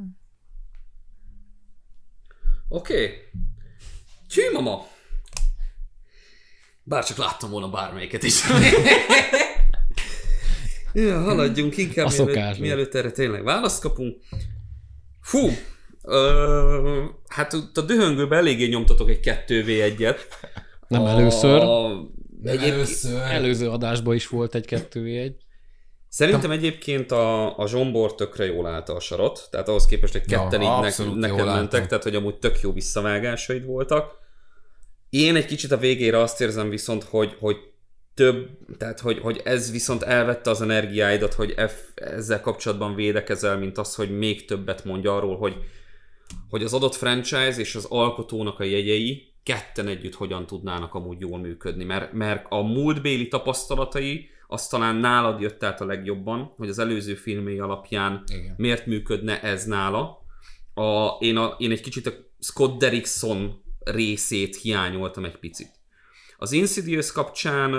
Speaker 1: Oké. Csímama! Bárcsak láttam volna bármelyiket is. Ja, haladjunk inkább, mielőtt erre tényleg választ kapunk. Fú, hát a dühöngőben eléggé nyomtatok egy 2v1-et.
Speaker 4: Nem először.
Speaker 1: Előző
Speaker 4: adásban is volt egy 2v1.
Speaker 1: Szerintem egyébként a Zsombor tökre jól állta a sarat, tehát ahhoz képest, hogy ketten így neked mentek, tehát hogy amúgy tök jó visszavágásaid voltak. Én egy kicsit a végére azt érzem viszont, hogy több, tehát hogy ez viszont elvette az energiáidat, hogy ezzel kapcsolatban védekezel, mint az, hogy még többet mondj arról, hogy az adott franchise és az alkotónak a jegyei ketten együtt hogyan tudnának amúgy jól működni, mert a múltbéli tapasztalatai az talán nálad jött át a legjobban, hogy az előző filmei alapján miért működne ez nála. Én egy kicsit a Scott Derrickson részét hiányoltam egy picit. Az Insidious kapcsán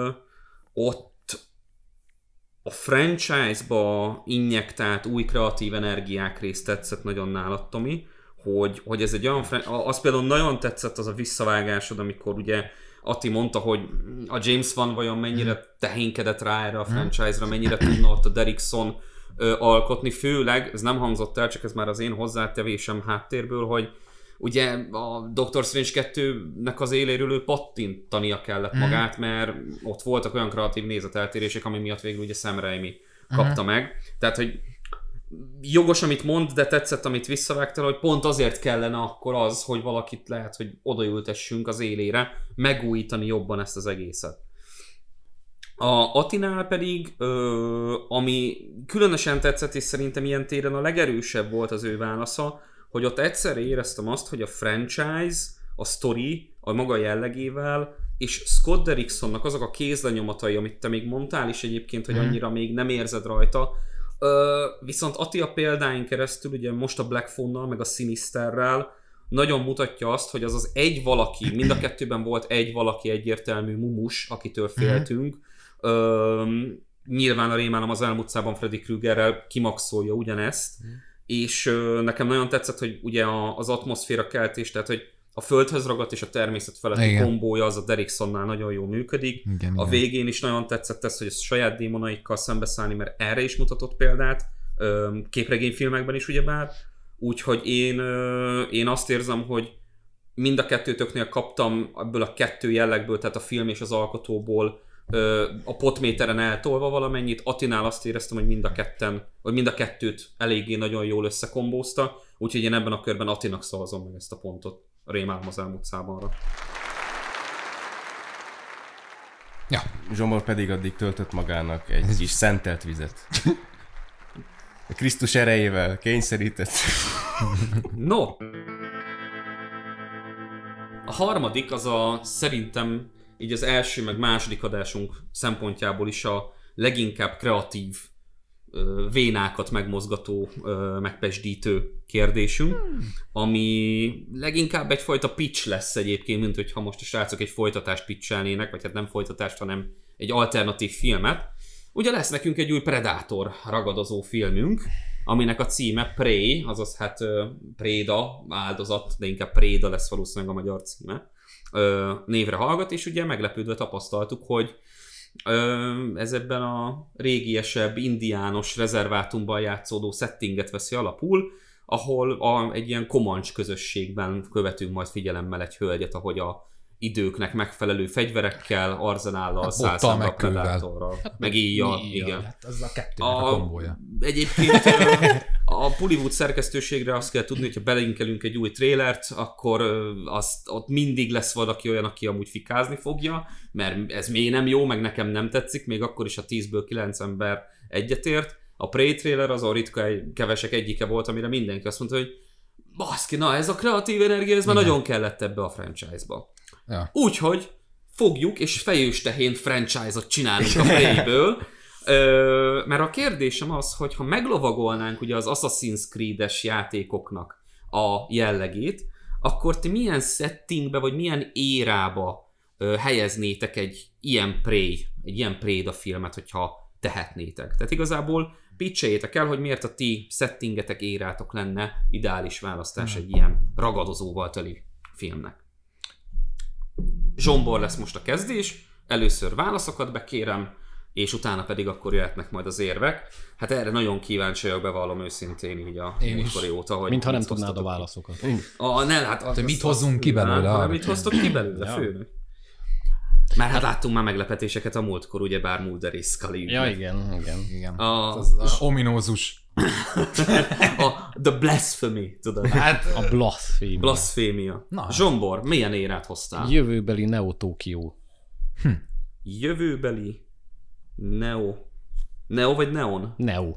Speaker 1: ott a franchise-ba injektált új kreatív energiák részt tetszett nagyon nálad, Tomi, hogy ez egy olyan az például nagyon tetszett az a visszavágásod, amikor ugye Ati mondta, hogy a James Wan vajon mennyire tehénkedett rá erre a franchise-ra, mennyire tudna ott a Derrickson alkotni, főleg, ez nem hangzott el, csak ez már az én hozzátevésem háttérből, hogy ugye a Doctor Strange 2-nek az éléről ő pattintania kellett magát, mert ott voltak olyan kreatív nézeteltérések, ami miatt végül ugye Sam Raimi kapta meg. Tehát, hogy jogos, amit mond, de tetszett, amit visszavágtál, hogy pont azért kellene akkor az, hogy valakit lehet, hogy odaültessünk az élére, megújítani jobban ezt az egészet. A Atinál pedig, ami különösen tetszett, és szerintem ilyen téren a legerősebb volt az ő válasza, hogy ott egyszerre éreztem azt, hogy a franchise, a story, a maga jellegével, és Scott Derricksonnak azok a kézlenyomatai, amit te még mondtál is egyébként, hogy annyira még nem érzed rajta, viszont Ati a példáin keresztül, ugye most a Black Phone-nal, meg a Sinisterrel nagyon mutatja azt, hogy az az egy valaki, mind a kettőben volt egy valaki egyértelmű mumus, akitől féltünk. Nyilván a Rémálom az álmutcában Freddy Kruegerrel kimaxolja ugyanezt, és nekem nagyon tetszett, hogy ugye az atmoszféra keltés, tehát hogy a földhöz ragadt és a természet feletti kombója az a Derricksonnál nagyon jól működik. Igen. Végén is nagyon tetszett ez, hogy a saját démonaikkal szembeszállni, mert erre is mutatott példát, képregényfilmekben is ugyebár. Úgyhogy én azt érzem, hogy mind a kettőtöknél kaptam ebből a kettő jellegből, tehát a film és az alkotóból a potméteren eltolva valamennyit. Atinál azt éreztem, hogy mind a kettőt eléggé nagyon jól összekombózta, úgyhogy én ebben a körben Atinak szavazom meg ezt a pontot a Rémálom az álmutcábanra.
Speaker 2: Ja. Zsombor pedig addig töltött magának egy kis szentelt vizet. A Krisztus erejével kényszerített.
Speaker 1: No! A harmadik az szerintem így az első meg második adásunk szempontjából is a leginkább kreatív vénákat megmozgató, megpesdítő kérdésünk, ami leginkább egyfajta pitch lesz egyébként, mint hogyha most a srácok egy folytatást pitchelnének, vagy hát nem folytatást, hanem egy alternatív filmet. Ugye lesz nekünk egy új Predator ragadozó filmünk, aminek a címe Prey, azaz hát Préda, áldozat, de inkább Préda lesz valószínűleg a magyar címe. névre hallgat, és ugye meglepődve tapasztaltuk, hogy ez ebben a régiesebb indiános rezervátumban játszódó settinget veszi alapul, ahol egy ilyen komancs közösségben követünk majd figyelemmel egy hölgyet, ahogy a időknek megfelelő fegyverekkel, arzenállal száll szembe a Predatorral. Meg íjjal, igen.
Speaker 3: Hát az a kettőnek a kombója.
Speaker 1: Egyébként a Pollywood szerkesztőségre azt kell tudni, hogyha belinkelünk egy új trélert, akkor ott mindig lesz valaki olyan, aki amúgy fikázni fogja, mert ez még nem jó, meg nekem nem tetszik, még akkor is a 10-ből 9 ember egyetért. A Prey trailer az a ritka kevesek egyike volt, amire mindenki azt mondta, hogy baszki, na ez a kreatív energia, ez már nagyon kellett ebbe a franchise-ba. Ja. Úgyhogy fogjuk és fejőstehén franchise-ot csinálunk a Preyből, mert a kérdésem az, hogy ha meglovagolnánk ugye az Assassin's Creed-es játékoknak a jellegét, akkor ti milyen settingbe vagy milyen érába helyeznétek egy ilyen Préda filmet, hogyha tehetnétek? Tehát igazából pitcheljétek el, hogy miért a ti settingetek, érátok lenne ideális választás egy ilyen ragadozóval teli filmnek. Zsombor lesz most a kezdés, először válaszokat bekérem, és utána pedig akkor jöhetnek majd az érvek. Hát erre nagyon kíváncsi vagyok, bevallom őszintén így a múltkori óta, hogy...
Speaker 4: Mintha nem tudnád a válaszokat.
Speaker 3: Te mit hozzunk ki belőle?
Speaker 1: Mit hoztok ki belőle, főnök? Mert hát láttunk már meglepetéseket a múltkor, ugye bár Mulder és Scully.
Speaker 4: Ja, igen.
Speaker 3: Az ominózus.
Speaker 1: The blasphemy, tudod?
Speaker 4: Hát, a blasphemia.
Speaker 1: Blasphemia. Zsombor, milyen érát hoztál?
Speaker 4: Jövőbeli Neo-Tokió.
Speaker 1: Jövőbeli Neo. Neo vagy Neon?
Speaker 4: Neo.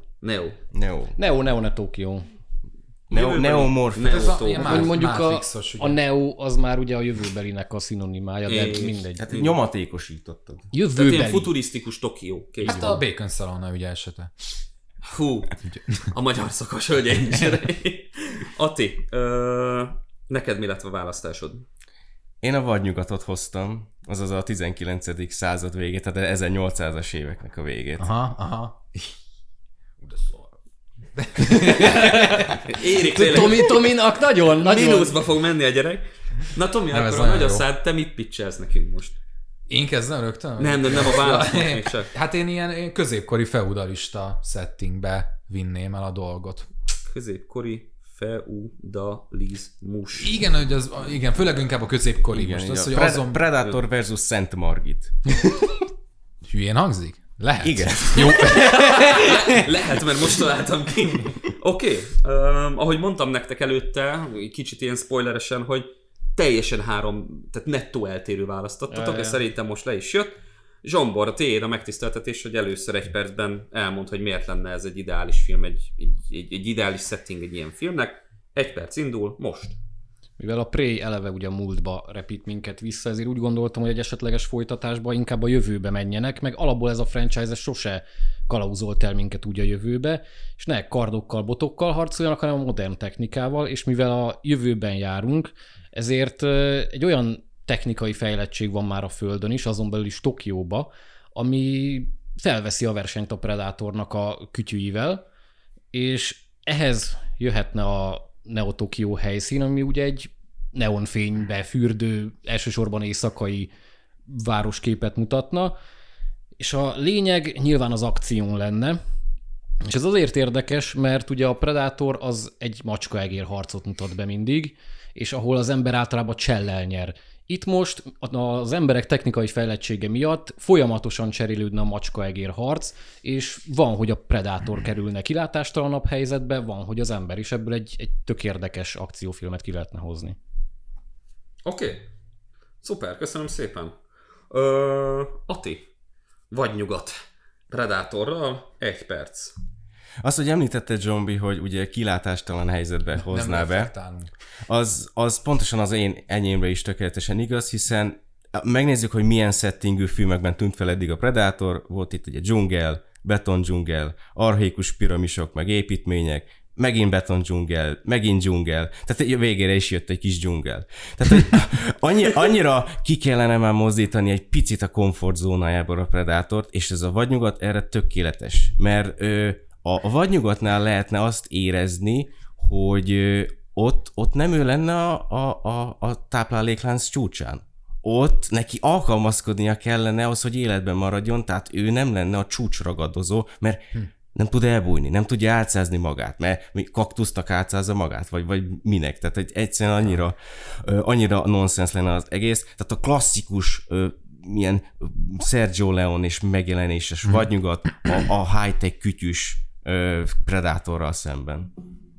Speaker 1: Neo
Speaker 4: Tokió.
Speaker 2: Neomorph.
Speaker 4: Mondjuk a Neo az már ugye a jövőbelinek a szinonimája, de mindegy.
Speaker 2: Hát nyomatékosítottad.
Speaker 1: Jövőbeli. Tehát ilyen futurisztikus Tokió.
Speaker 3: Hát a Bacon Salonna ugye esete.
Speaker 1: Hú, a magyar szakos hölgyeim is. Ati, neked mi lett a választásod?
Speaker 2: Én a vadnyugatot hoztam, azaz a 19. század végét, tehát 1800-as éveknek a végét.
Speaker 3: Aha.
Speaker 1: Érik,
Speaker 4: Tominak nagyon.
Speaker 1: Mínuszba fog menni a gyerek. Na Tomi, akkor a nagy asszád, te mit pitchelsz nekünk most?
Speaker 3: Én kezdem rögtön?
Speaker 1: Nem a választás még csak.
Speaker 3: Hát én ilyen középkori feudalista settingbe vinném el a dolgot.
Speaker 1: Középkori feudalizmus.
Speaker 3: Igen, főleg inkább a középkori.
Speaker 2: Igen,
Speaker 3: most az,
Speaker 2: hogy Predator versus Szent Margit.
Speaker 3: Hülyén hangzik? Lehet.
Speaker 2: Igen.
Speaker 3: Jó.
Speaker 1: Lehet, mert most találtam ki. Oké. Ahogy mondtam nektek előtte, kicsit ilyen spoileresen, hogy teljesen tehát nettó eltérő választottatok, és szerintem most le is jött. Zsombor, a tiéd a megtiszteltetés, hogy először egy percben elmond, hogy miért lenne ez egy ideális film, egy ideális setting egy ilyen filmnek. 1 perc indul, most.
Speaker 4: Mivel a Prey eleve ugye a múltba repít minket vissza, ezért úgy gondoltam, hogy egy esetleges folytatásba inkább a jövőbe menjenek, meg alapból ez a franchise sose kalauzolt el minket úgy a jövőbe, és ne kardokkal, botokkal harcoljanak, hanem a modern technikával, és mivel a jövőben járunk, ezért egy olyan technikai fejlettség van már a Földön is, azon belül is Tokióba, ami felveszi a versenyt a Predatornak a kütyűivel, és ehhez jöhetne a Neo-Tokió helyszín, ami ugye egy neonfénybe fürdő, elsősorban éjszakai városképet mutatna, és a lényeg nyilván az akción lenne, és ez azért érdekes, mert ugye a Predator az egy macskaegér harcot mutat be mindig, és ahol az ember általában csellel nyer. Itt most az emberek technikai fejlettsége miatt folyamatosan cserélődne a macskaegér harc, és van, hogy a Predator kerülne kilátástalanabb helyzetbe, van, hogy az ember is, ebből egy tök érdekes akciófilmet ki lehetne hozni.
Speaker 1: Oké. Szuper, köszönöm szépen. Ati, vadnyugat Predatorral 1 perc.
Speaker 2: Azt, hogy említette Zsombi, hogy ugye kilátástalan helyzetbe hozná be, az pontosan az én enyémre is tökéletesen igaz, hiszen megnézzük, hogy milyen settingű filmekben tűnt fel eddig a Predator, volt itt ugye dzsungel, betondzsungel, archaikus piramisok, meg építmények, megint betondzsungel, megint dzsungel, tehát végére is jött egy kis dzsungel. Tehát annyira ki kellene már mozdítani egy picit a komfortzónájából a Predatort, és ez a vadnyugat erre tökéletes, mert a vadnyugatnál lehetne azt érezni, hogy ott nem ő lenne a tápláléklánc csúcsán, ott neki alkalmazkodnia kellene ahhoz, hogy életben maradjon, tehát ő nem lenne a csúcsragadozó, mert nem tud elbújni, nem tudja álcázni magát, mert kaktusznak álcázza magát, vagy minek. Tehát egyszerűen annyira nonsens lenne az egész. Tehát a klasszikus milyen Sergio Leone és megjelenéses vadnyugat a high-tech kütyűs Predatorral szemben.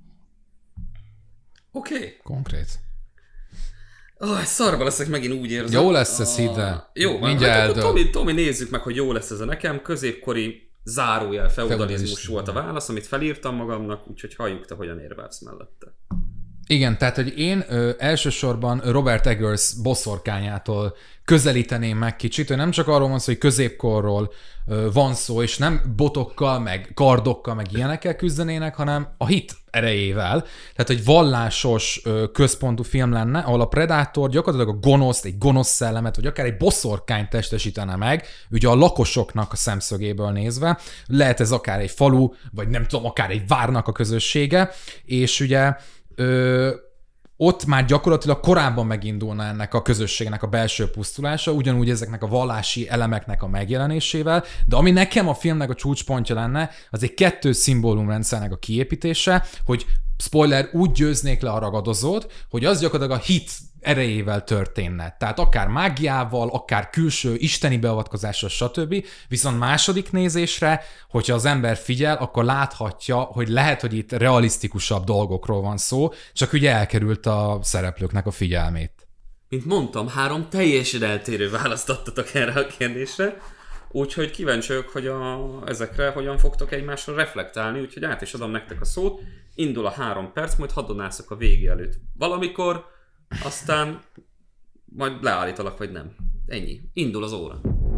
Speaker 1: Oké.
Speaker 3: Konkrét.
Speaker 1: Szarba leszek, megint úgy érzem.
Speaker 3: Jó lesz ez, hidd el.
Speaker 1: Jó,
Speaker 3: mindjárt
Speaker 1: hát Tomi, nézzük meg, hogy jó lesz ez a nekem. Középkori zárójel feudalizmus volt a válasz, amit felírtam magamnak, úgyhogy halljuk te, hogyan érvelsz mellette.
Speaker 3: Igen, tehát, hogy én elsősorban Robert Eggers boszorkányától közelíteném meg kicsit. Ő nem csak arról van szó, hogy középkorról van szó, és nem botokkal, meg kardokkal, meg ilyenekkel küzdenének, hanem a hit erejével. Tehát egy vallásos központú film lenne, ahol a Predator gyakorlatilag a gonoszt, egy gonosz szellemet, vagy akár egy boszorkányt testesítene meg, ugye a lakosoknak a szemszögéből nézve. Lehet ez akár egy falu, vagy nem tudom, akár egy várnak a közössége, és ugye ott már gyakorlatilag korábban megindulna ennek a közösségnek a belső pusztulása, ugyanúgy ezeknek a vallási elemeknek a megjelenésével, de ami nekem a filmnek a csúcspontja lenne, az egy 2 szimbólumrendszernek a kiépítése, hogy spoiler, úgy győznék le a ragadozót, hogy az gyakorlatilag a hit erejével történne. Tehát akár mágiával, akár külső isteni beavatkozással, stb. Viszont második nézésre, hogyha az ember figyel, akkor láthatja, hogy lehet, hogy itt realisztikusabb dolgokról van szó, csak ugye elkerült a szereplőknek a figyelmét.
Speaker 1: Mint mondtam, 3 teljesen eltérő választ adtatok erre a kérdésre, úgyhogy kíváncsi vagyok, hogy ezekre hogyan fogtok egymásra reflektálni, úgyhogy át is adom nektek a szót. Indul a 3 perc, majd haddonászok a vége előtt valamikor, aztán majd leállítalak, vagy nem. Ennyi. Indul az óra.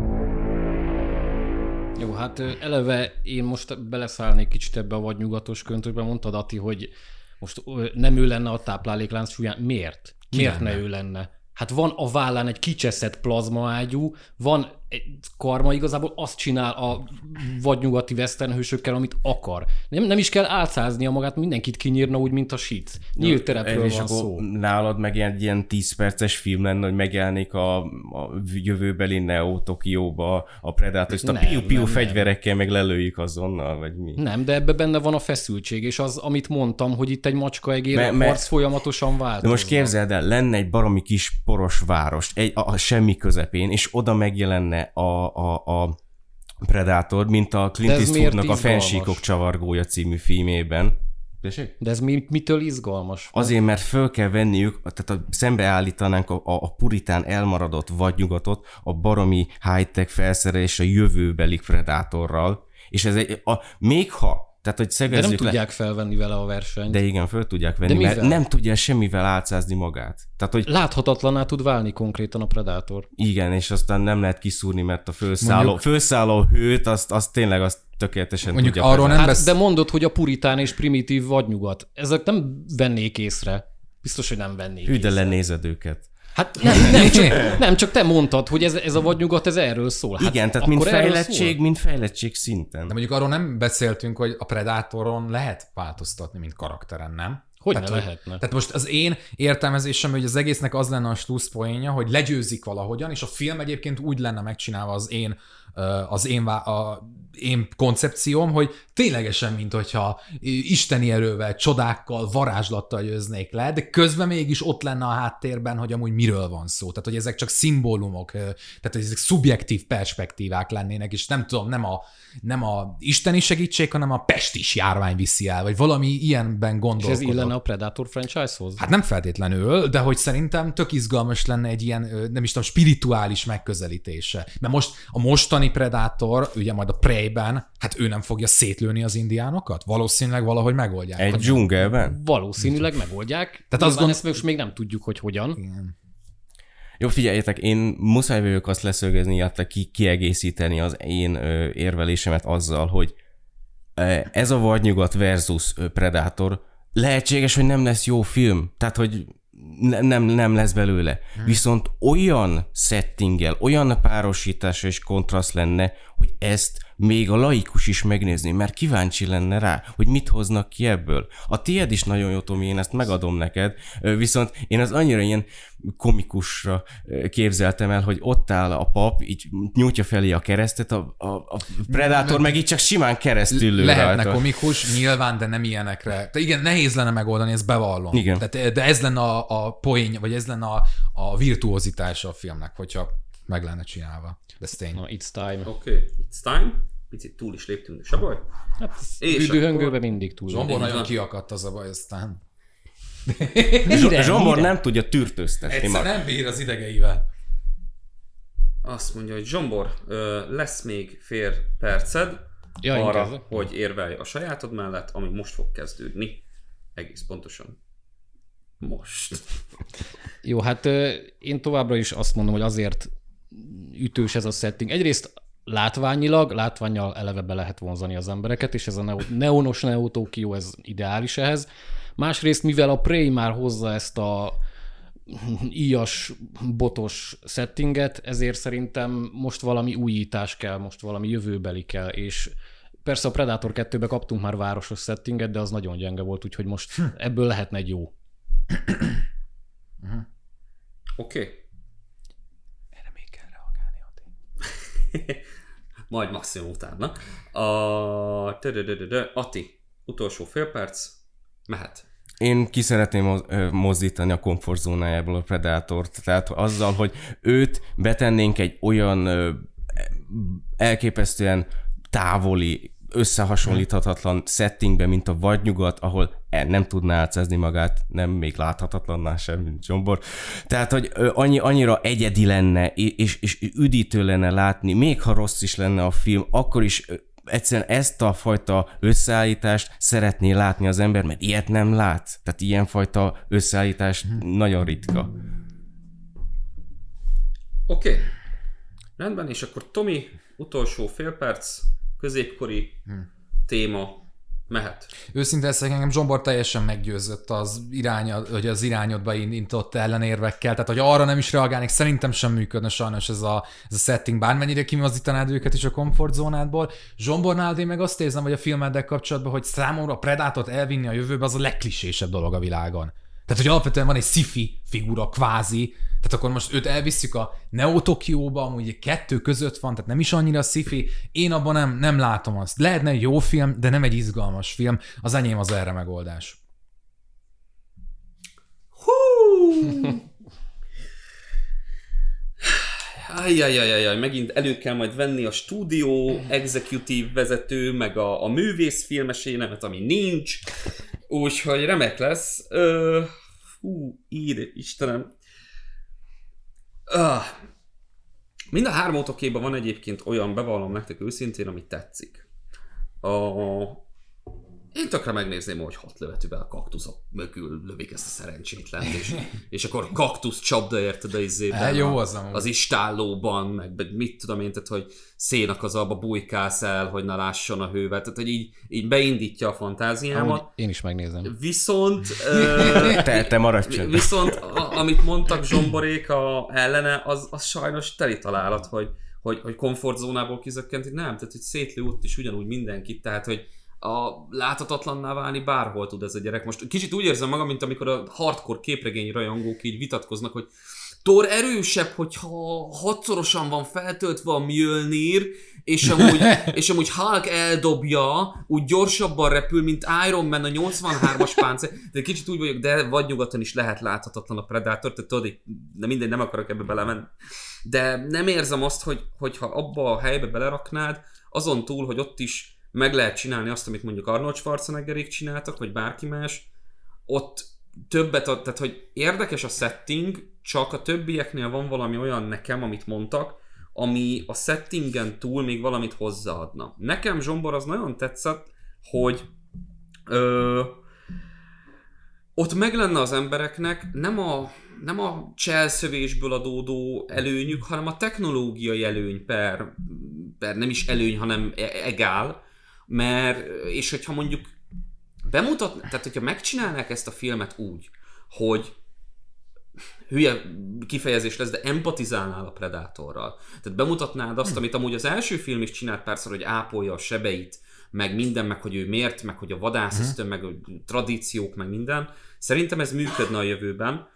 Speaker 4: Jó, hát eleve én most beleszállnék kicsit ebbe a vadnyugatos köntösbe. Mondtad, Ati, hogy most nem ő lenne a tápláléklánc súlyán. Miért? Miért ne ő lenne? Hát van a vállán egy kicseszett plazmaágyú, van egy karma, igazából azt csinál a vadnyugati western hősökkel, amit akar. Nem is kell álcáznia magát, mindenkit kinyírna úgy, mint a shit. Nyílt terepről van szó.
Speaker 2: Nálad meg ilyen 10 perces film lenne, hogy megjelenik a jövőbeli Neo Tokióba a Predator, és a piu-piu fegyverekkel meg lelőjük azonnal, vagy mi?
Speaker 4: Nem, de ebbe benne van a feszültség, és az, amit mondtam, hogy itt egy macskaegér harc folyamatosan változna.
Speaker 2: De most képzeld el, lenne egy baromi kis poros város, a semmi közepén, és oda megjelenne a Predator, mint a Clint Eastwoodnak a Fensíkok csavargója című filmében.
Speaker 4: De ez mitől izgalmas?
Speaker 2: Azért, mert föl kell venniük, tehát szembeállítanánk a puritán elmaradott vadnyugatot a baromi high-tech felszerelés a jövőbeli Predatorral, és ez még ha tehát, hogy
Speaker 4: de nem tudják felvenni vele a versenyt.
Speaker 2: De igen, föl tudják venni, mert nem tudja semmivel álcázni magát. Tehát, hogy
Speaker 4: láthatatlaná tud válni konkrétan a Predator.
Speaker 2: Igen, és aztán nem lehet kiszúrni, mert a fölszálló hőt, azt tényleg tökéletesen
Speaker 3: mondjuk
Speaker 2: tudja.
Speaker 3: Arról nem
Speaker 4: de mondod, hogy a puritán és primitív vadnyugat. Ezek nem vennék észre. Biztos, hogy nem vennék észre.
Speaker 2: De lenézed őket.
Speaker 4: Hát nem, csak te mondtad, hogy ez a vadnyugat, ez erről szól. Hát
Speaker 2: igen, tehát mint fejlettség szinten.
Speaker 3: De mondjuk arról nem beszéltünk, hogy a Predatoron lehet változtatni, mint karakteren, nem?
Speaker 4: Hogy ne lehetne?
Speaker 3: Tehát most az én értelmezésem, hogy az egésznek az lenne a slusszpoénja, hogy legyőzik valahogyan, és a film egyébként úgy lenne megcsinálva az én koncepcióm, hogy ténylegesen, mint hogyha isteni erővel, csodákkal, varázslattal győznék le, de közben mégis ott lenne a háttérben, hogy amúgy miről van szó. Tehát, hogy ezek csak szimbólumok, tehát, hogy ezek szubjektív perspektívák lennének, és nem tudom, nem a isteni segítség, hanem a pestis járvány viszi el, vagy valami ilyenben gondolkodok.
Speaker 4: És ez illene a Predator franchise-hoz?
Speaker 3: Hát nem feltétlenül, de hogy szerintem tök izgalmas lenne egy ilyen, nem is tudom, spirituális megközelítése. Mert most a mostani Predator, ugye majd a Prey-ben, hát ő nem fogja szétlőni az indiánokat? Valószínűleg valahogy megoldják.
Speaker 2: Egy dzsungelben?
Speaker 4: Valószínűleg megoldják. Tehát ezt most még nem tudjuk, hogy hogyan.
Speaker 3: Igen.
Speaker 2: Jó, figyeljetek, én muszáj vagyok azt leszögezni, illetve kiegészíteni az én érvelésemet azzal, hogy ez a vadnyugat versus Predator lehetséges, hogy nem lesz jó film. Tehát, hogy nem lesz belőle. Viszont olyan settinggel, olyan párosítása és kontraszt lenne, hogy ezt még a laikus is megnézni, mert kíváncsi lenne rá, hogy mit hoznak ki ebből. A tiéd is nagyon jó, Tomi, én ezt megadom neked, viszont én az annyira ilyen komikusra képzeltem el, hogy ott áll a pap, így nyújtja felé a keresztet, a Predator meg így csak simán keresztül lő
Speaker 3: lehetne
Speaker 2: rajta.
Speaker 3: Komikus, nyilván, de nem ilyenekre. De igen, nehéz lenne megoldani, ezt bevallom.
Speaker 2: Igen.
Speaker 3: Tehát, de ez lenne a poén, vagy ez lenne a virtuózitása a filmnek, hogyha meg lenne csinálva. De ez tény.
Speaker 4: Na, it's time.
Speaker 1: Oké, it's time. Picit túl is léptünk, se baj.
Speaker 4: Hát,
Speaker 1: És
Speaker 4: dühöngőben mindig túl.
Speaker 3: Zsombor nagyon kiakadt, az a baj, aztán.
Speaker 2: Zsombor nem tudja tűrtőztetni
Speaker 3: Egyszer
Speaker 2: magát.
Speaker 3: nem bír az idegeivel.
Speaker 1: Azt mondja, hogy Zsombor, lesz még fél perced arra,
Speaker 4: inkább.
Speaker 1: hogy érvelj a sajátod mellett, ami most fog kezdődni. Egész pontosan. Most.
Speaker 4: Jó, hát én továbbra is azt mondom, hogy azért ütős ez a setting. Egyrészt látványjal eleve be lehet vonzani az embereket, és ez a neonos Neo Tokyo, ez ideális ehhez. Másrészt, mivel a Prey már hozza ezt a íjas, botos settinget, ezért szerintem most valami újítás kell, most valami jövőbeli kell, és persze a Predator 2-be kaptunk már városos settinget, de az nagyon gyenge volt, úgyhogy most ebből lehetne egy jó.
Speaker 1: Oké.
Speaker 3: Erre még kell reagálni, Ati.
Speaker 1: Majd maximum utána. Ati, utolsó fél perc, mehet.
Speaker 2: Én ki szeretném mozdítani a komfortzónájából a Predatort, tehát azzal, hogy őt betennénk egy olyan elképesztően távoli, összehasonlíthatatlan settingbe, mint a vadnyugat, ahol nem tudná átszázni magát, nem még láthatatlanná sem, mint Zsombor. Tehát, hogy annyira egyedi lenne, és üdítő lenne látni, még ha rossz is lenne a film, akkor is egyszerűen ezt a fajta összeállítást szeretné látni az ember, mert ilyet nem lát. Tehát ilyenfajta összeállítás nagyon ritka.
Speaker 1: Oké. Rendben, és akkor Tomi, utolsó fél perc, középkori téma, mehet.
Speaker 3: Őszintén leszek, engem Zsombor teljesen meggyőzött az irányodba indított ellenérvekkel, tehát hogy arra nem is reagálnék, szerintem sem működne sajnos ez a setting, bármennyire kimozdítanád őket is a komfortzónádból. Zsombornál én meg azt érzem, hogy a filmeddel kapcsolatban, hogy számomra a Predátort elvinni a jövőbe, az a legklisésebb dolog a világon. Tehát, hogy alapvetően van egy sci-fi figura, kvázi, tehát akkor most őt elvisszük a Neo Tokióba, amúgy kettő között van, tehát nem is annyira sci-fi. Én abban nem látom azt. Lehetne egy jó film, de nem egy izgalmas film. Az enyém az erre megoldás.
Speaker 1: Ajjajajajaj, megint elő kell majd venni a stúdió executive vezető, meg a művész filmesénemet, ami nincs. Úgyhogy remek lesz. Istenem. Mind a hármótokéban van egyébként olyan, bevallom nektek őszintén, ami tetszik. Én tökre megnézném, hogy 6 lövetővel a kaktuszok mögül lövik ezt a szerencsétlent, és akkor kaktusz csapda érted a izzében,
Speaker 3: jó
Speaker 1: az istállóban, meg mit tudom én, tehát hogy szénak az abba bujkálsz el, hogy ne lásson a hővel, tehát hogy így beindítja a fantáziámat.
Speaker 4: Ahogy én is megnézem.
Speaker 1: Viszont...
Speaker 2: Te maradj csönd.
Speaker 1: Viszont amit mondtak Zsomborék ellene, az sajnos teli találat, hogy komfortzónából kizökkent, nem, tehát hogy szétlő ott is ugyanúgy mindenkit, tehát hogy láthatatlanná válni bárhol tud ez a gyerek. Most kicsit úgy érzem magam, mint amikor a hardcore képregény rajongók így vitatkoznak, hogy Thor erősebb, hogyha 6-szorosan van feltöltve a Mjölnir, és amúgy Hulk eldobja, úgy gyorsabban repül, mint Iron Man a 83-as páncél. De kicsit úgy vagyok, de vadnyugaton is lehet láthatatlan a Predator, tehát tudod, de mindegy, nem akarok ebbe belemenni. De nem érzem azt, hogyha abba a helybe beleraknád, azon túl, hogy ott is meg lehet csinálni azt, amit mondjuk Arnold Schwarzeneggerék csináltak, vagy bárki más, ott többet, tehát hogy érdekes a setting, csak a többieknél van valami olyan nekem, amit mondtak, ami a settingen túl még valamit hozzáadna. Nekem Zsombor az nagyon tetszett, hogy ott meg lenne az embereknek nem a cselszövésből adódó előnyük, hanem a technológiai előny per nem is előny, hanem egál, és hogyha mondjuk tehát hogyha megcsinálnák ezt a filmet úgy, hogy hülye kifejezés lesz, de empatizálnál a Predatorral. Tehát bemutatnád azt, amit amúgy az első film is csinált párszor, hogy ápolja a sebeit, meg minden, meg hogy ő miért, meg hogy a vadászösztön, meg a tradíciók, meg minden. Szerintem ez működne a jövőben.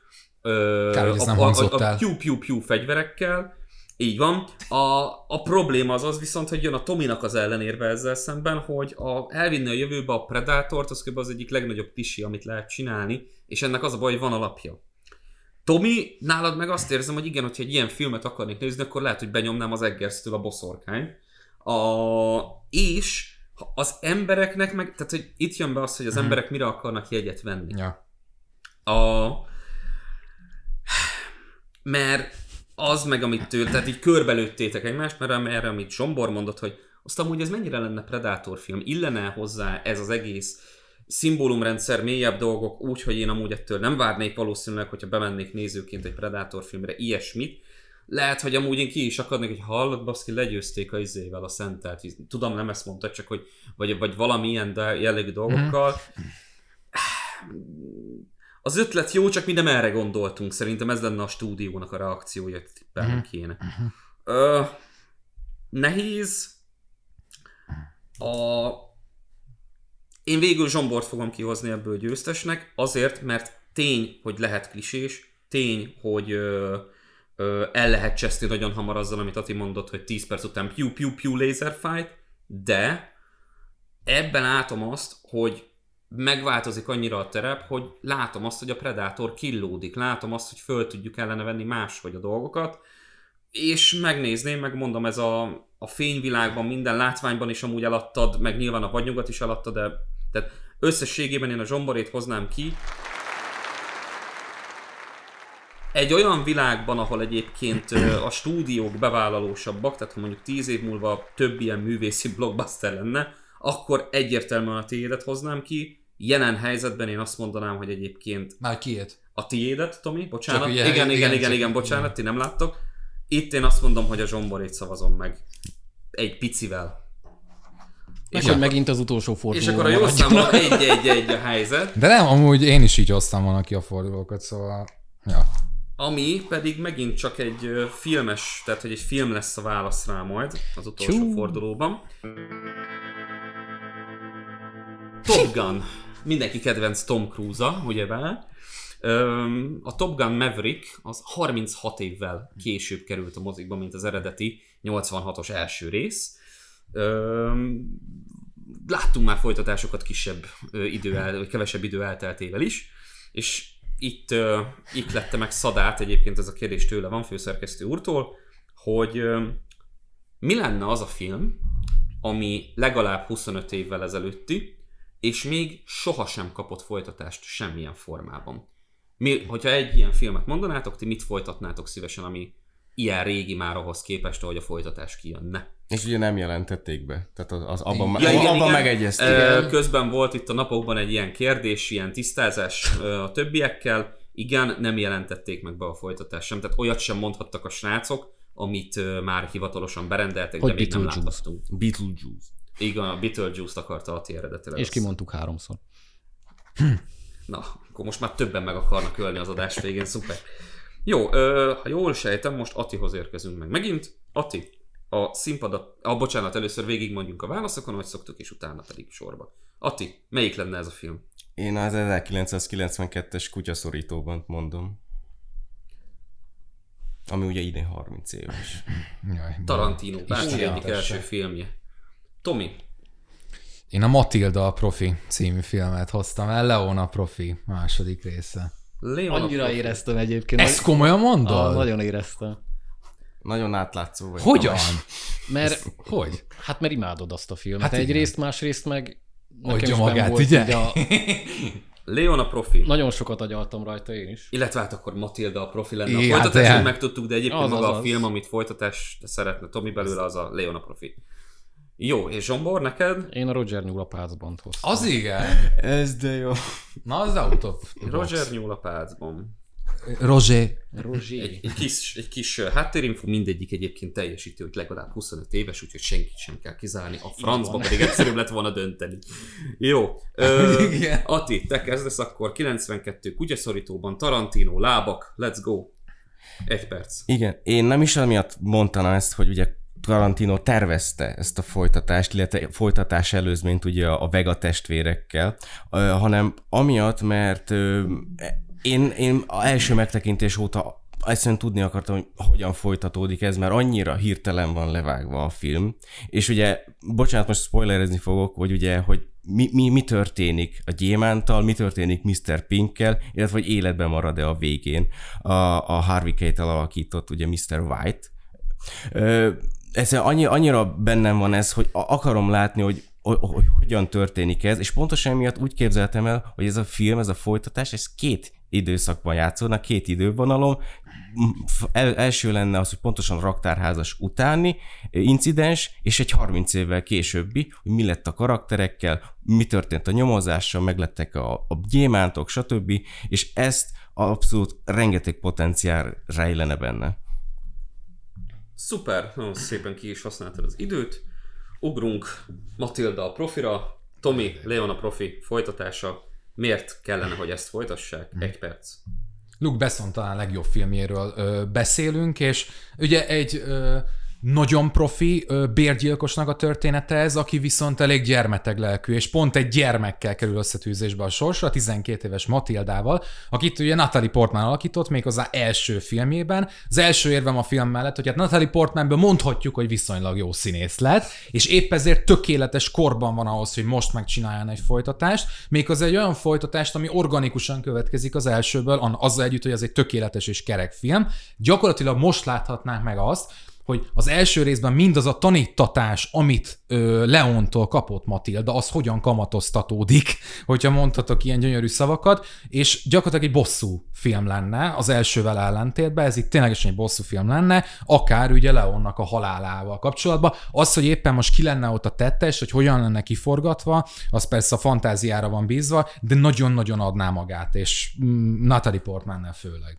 Speaker 1: A piu-piu-piu fegyverekkel. Így van. A probléma az viszont, hogy jön a Tominak az ellenérve ezzel szemben, hogy elvinni a jövőbe a Predatort, az kb. Az egyik legnagyobb klisi, amit lehet csinálni, és ennek az a baj, hogy van alapja. Tomi, nálad meg azt érzem, hogy igen, hogyha egy ilyen filmet akarnék nézni, akkor lehet, hogy benyomnám az Eggerstől a boszorkány. És az embereknek meg, tehát hogy itt jön be az, hogy az emberek mire akarnak jegyet venni.
Speaker 3: Ja.
Speaker 1: Mert az meg, amit tehát így körbelőttétek egymást, mert erre, amit Zsombor mondott, hogy azt amúgy ez mennyire lenne Predator film, illene hozzá ez az egész szimbólumrendszer, mélyebb dolgok, úgy, hogy én amúgy ettől nem várnék valószínűleg, hogyha bemennék nézőként egy Predator filmre ilyesmit. Lehet, hogy amúgy én ki is akadnék, hogy hallott, baszki, legyőzték a izével a szentelt víz. Tudom, nem ezt mondta, csak hogy vagy valamilyen jellegű dolgokkal. Az ötlet jó, csak mi nem erre gondoltunk. Szerintem ez lenne a stúdiónak a reakciója, tippelni kéne. Nehéz. Én végül Zsombort fogom kihozni ebből győztesnek, azért, mert tény, hogy lehet klisés, tény, hogy el lehet cseszni nagyon hamar azzal, amit Ati mondott, hogy 10 perc után piu-piu-piu laser fight, de ebben látom azt, hogy megváltozik annyira a terep, hogy látom azt, hogy a Predator killódik, látom azt, hogy föl tudjuk ellene venni máshogy a dolgokat, és megnézném, megmondom, ez a fényvilágban, minden látványban is amúgy eladtad, meg nyilván a vadnyugat is eladtad, de tehát összességében én a Zsomborét hoznám ki. Egy olyan világban, ahol egyébként a stúdiók bevállalósabbak, tehát ha mondjuk 10 év múlva több ilyen művészi blockbuster lenne, akkor egyértelműen a tiédet hoznám ki. Jelen helyzetben én azt mondanám, hogy egyébként...
Speaker 3: Már kiét?
Speaker 1: A tiédet, Tomi? Bocsánat. Igen, bocsánat, ti nem láttok. Itt én azt mondom, hogy a Zsomborét szavazom meg. Egy picivel.
Speaker 4: És hogy megint az utolsó forduló.
Speaker 1: És akkor a jó számban 1-1-1 a helyzet.
Speaker 3: De nem, amúgy én is így hoztam volna ki a fordulókat, szóval... Ja.
Speaker 1: Ami pedig megint csak egy filmes, tehát hogy egy film lesz a válasz rá majd az utolsó fordulóban. Top Gun. Mindenki kedvenc Tom Cruise-a, ugyebár. A Top Gun Maverick az 36 évvel később került a mozikba, mint az eredeti 86-os első rész. Láttunk már folytatásokat kevesebb idő elteltével is, és itt lette meg szadát, egyébként ez a kérdés tőle van, főszerkesztő úrtól, hogy mi lenne az a film, ami legalább 25 évvel ezelőtti, és még sohasem kapott folytatást semmilyen formában. Hogyha egy ilyen filmet mondanátok, ti mit folytatnátok szívesen, ami ilyen régi már ahhoz képest, ahogy a folytatás kijönne?
Speaker 2: És ugye nem jelentették be, tehát abban megegyezték.
Speaker 1: Közben volt itt a napokban egy ilyen kérdés, ilyen tisztázás a többiekkel. Igen, nem jelentették meg be a folytatást sem, tehát olyat sem mondhattak a srácok, amit már hivatalosan berendeltek, hogy de még nem láthattunk.
Speaker 2: Beetlejuice.
Speaker 1: Igen, a Beetlejuice-t akarta Ati eredetileg.
Speaker 4: És kimondtuk 3-szor.
Speaker 1: Na, akkor most már többen meg akarnak ölni az adás végén, szuper. Jó, ha jól sejtem, most Atihoz érkezünk meg. Megint, Ati, a színpadat, bocsánat, először végigmondjunk a válaszokon, ahogy szoktuk, és utána pedig sorba. Ati, melyik lenne ez a film?
Speaker 2: Én az 1992-es Kutyaszorítóban mondom. Ami ugye idén 30 éves.
Speaker 1: Tarantino bácsi egyik első filmje. Tomi?
Speaker 3: Én a Matilda a profi című filmet hoztam el, Leona profi második része.
Speaker 4: Annyira éreztem egyébként.
Speaker 3: Ezt komolyan mondod?
Speaker 4: Nagyon éreztem.
Speaker 2: Nagyon átlátszó vagy.
Speaker 3: Hogyan?
Speaker 4: Mert,
Speaker 3: hogy?
Speaker 4: Hát mert imádod azt a filmet. Hát egyrészt, másrészt meg
Speaker 3: nekem magát, volt, ugye?
Speaker 1: Leona profi.
Speaker 4: Nagyon sokat agyaltam rajta én is.
Speaker 1: Illetve hát akkor Matilda a profi lenne. A folytatást megtudtuk, de egyébként maga a film, amit folytatást szeretne Tomi belőle, az a Leona profi. Jó, és Zsombor, neked?
Speaker 4: Én a Roger Nyúl a Pácbant hoztam.
Speaker 3: Az igen.
Speaker 2: Ez de jó.
Speaker 3: Na, az out of
Speaker 1: Roger Nyúl a Pácban.
Speaker 3: Roger.
Speaker 1: Egy kis háttérinfo, mindegyik egyébként teljesíti, hogy legalább 25 éves, úgyhogy senkit sem kell kizárni. A francba pedig egyszerűbb lett volna dönteni. Jó. Ati, te kezdesz akkor 92 kutyaszorítóban, Tarantino, lábak, let's go. 1 perc.
Speaker 2: Igen, én nem is amiatt mondtam ezt, hogy ugye Tarantino tervezte ezt a folytatást, illetve folytatás előzményt ugye a Vega testvérekkel, hanem amiatt, mert én az első megtekintés óta egyszerűen tudni akartam, hogy hogyan folytatódik ez, mert annyira hirtelen van levágva a film, és ugye, bocsánat, most spoilerezni fogok, hogy ugye, hogy mi történik a gyémántal, mi történik Mr. Pinkkel, illetve hogy életben marad-e a végén a Harvey Keitel alakított ugye Mr. White. Ez annyira bennem van ez, hogy akarom látni, hogy hogyan történik ez, és pontosan miatt úgy képzeltem el, hogy ez a film, ez a folytatás, ez 2 időszakban játszódnak, 2 idővonalon. Első lenne az, hogy pontosan raktárházas utáni incidens, és egy 30 évvel későbbi, hogy mi lett a karakterekkel, mi történt a nyomozással, meglettek a gyémántok, stb. És ezt abszolút rengeteg potenciál rejlene benne.
Speaker 1: Szuper, nagyon szépen ki is használtad az időt. Ugrunk Matilda a profira, Tomi, Leon a profi folytatása. Miért kellene, hogy ezt folytassák? 1 perc.
Speaker 3: Luc Besson talán legjobb filmjéről beszélünk, és ugye egy nagyon profi bérgyilkosnak a története ez, aki viszont elég gyermeteg lelkű, és pont egy gyermekkel kerül összetűzésbe a sorsra, 12 éves Matildával, akit ugye Natalie Portman alakított, méghozzá első filmjében. Az első érvem a film mellett, hogy hát Natalie Portmanből mondhatjuk, hogy viszonylag jó színész lett, és épp ezért tökéletes korban van ahhoz, hogy most megcsináljon egy folytatást, méghozzá egy olyan folytatást, ami organikusan következik az elsőből, azzal együtt, hogy ez egy tökéletes és kerek film. Gyakorlatilag most láthatnánk meg azt, hogy az első részben mindaz a tanítatás, amit Leontól kapott Matilda, az hogyan kamatoztatódik, hogyha mondhatok ilyen gyönyörű szavakat, és gyakorlatilag egy bosszú film lenne az elsővel ellentétben, ez itt ténylegesen egy bosszú film lenne, akár ugye Leonnak a halálával kapcsolatban. Az, hogy éppen most ki lenne ott a tettes, hogy hogyan lenne kiforgatva, az persze a fantáziára van bízva, de nagyon-nagyon adná magát, és Natalie Portmannel főleg.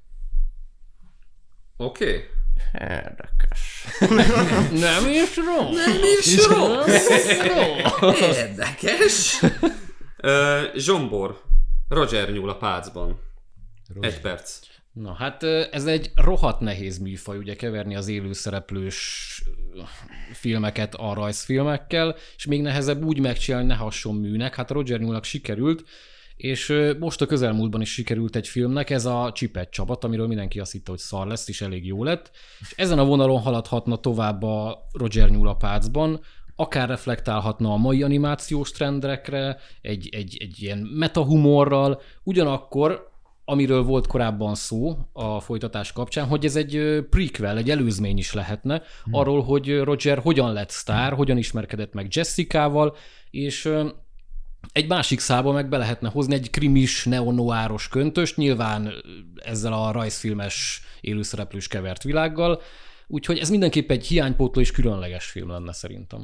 Speaker 1: Oké.
Speaker 2: Érdekes.
Speaker 4: Nem is
Speaker 1: rossz. Érdekes. Zsombor, Roger nyúl a pácban. 1 perc.
Speaker 4: Na hát ez egy rohadt nehéz műfaj, ugye keverni az élőszereplős filmeket a rajzfilmekkel, és még nehezebb úgy megcsinálni, ne hasson műnek. Hát Roger nyúlnak sikerült, és most a közelmúltban is sikerült egy filmnek, ez a Csipet csapat, amiről mindenki azt hitte, hogy szar lesz, és elég jó lett. És ezen a vonalon haladhatna tovább a Roger nyúl a pácban, akár reflektálhatna a mai animációs trendekre, egy ilyen metahumorral, ugyanakkor, amiről volt korábban szó a folytatás kapcsán, hogy ez egy prequel, egy előzmény is lehetne, arról, hogy Roger hogyan lett sztár, hogyan ismerkedett meg Jessicával, és egy másik szába meg be lehetne hozni egy krimis, neonoáros köntöst, nyilván ezzel a rajzfilmes élőszereplős kevert világgal, úgyhogy ez mindenképp egy hiánypótló és különleges film lenne szerintem.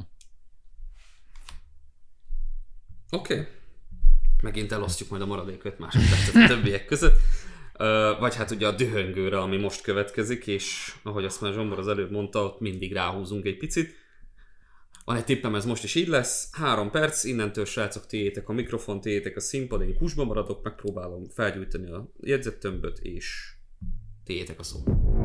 Speaker 1: Oké. Megint elosztjuk majd a maradék 5 másodpercet a többiek között. Vagy hát ugye a dühöngőre, ami most következik, és ahogy azt már Zsombor az előbb mondta, ott mindig ráhúzunk egy picit. Van egy tippem, ez most is így lesz. 3 perc, innentől srácok, tiétek a mikrofon, tiétek a színpad, én kusba maradok, megpróbálom felgyújtani a jegyzettömböt, és tiétek a szó.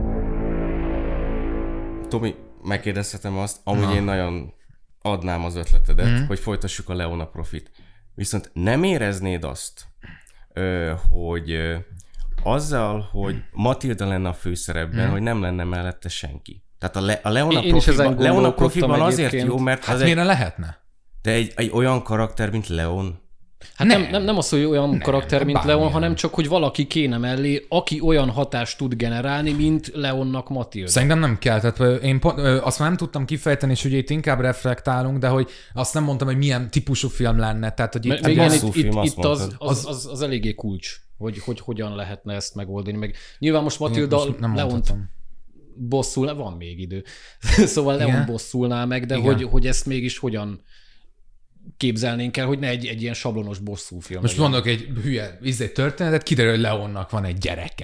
Speaker 2: Tomi, megkérdezhetem azt, amúgy én nagyon adnám az ötletedet, hogy folytassuk a Leon a profit. Viszont nem éreznéd azt, hogy
Speaker 3: azzal,
Speaker 2: hogy Matilda lenne a főszerepben, hogy nem lenne mellette senki. Tehát a Leon a profiban azért jó, mert...
Speaker 3: Hát miért lehetne?
Speaker 2: De egy olyan karakter, mint Leon...
Speaker 4: Hát nem az, hogy olyan karakter, mint Leon, hanem csak, hogy valaki kéne mellé, aki olyan hatást tud generálni, mint Leonnak Matilda.
Speaker 3: Szerintem nem kell. Tehát én azt már nem tudtam kifejteni, és ugye itt inkább reflektálunk, de hogy azt nem mondtam, hogy milyen típusú film lenne. Tehát, hogy
Speaker 4: itt az eléggé kulcs, hogy hogyan lehetne ezt megoldani. Meg nyilván most Matilda Leont bosszul, van még idő. Szóval Leon bosszulná meg, de hogy ezt mégis hogyan képzelnénk el, hogy ne egy ilyen sablonos bosszú film.
Speaker 3: Most mondok egy hülye történetet, kiderül, hogy Leonnak van egy gyereke.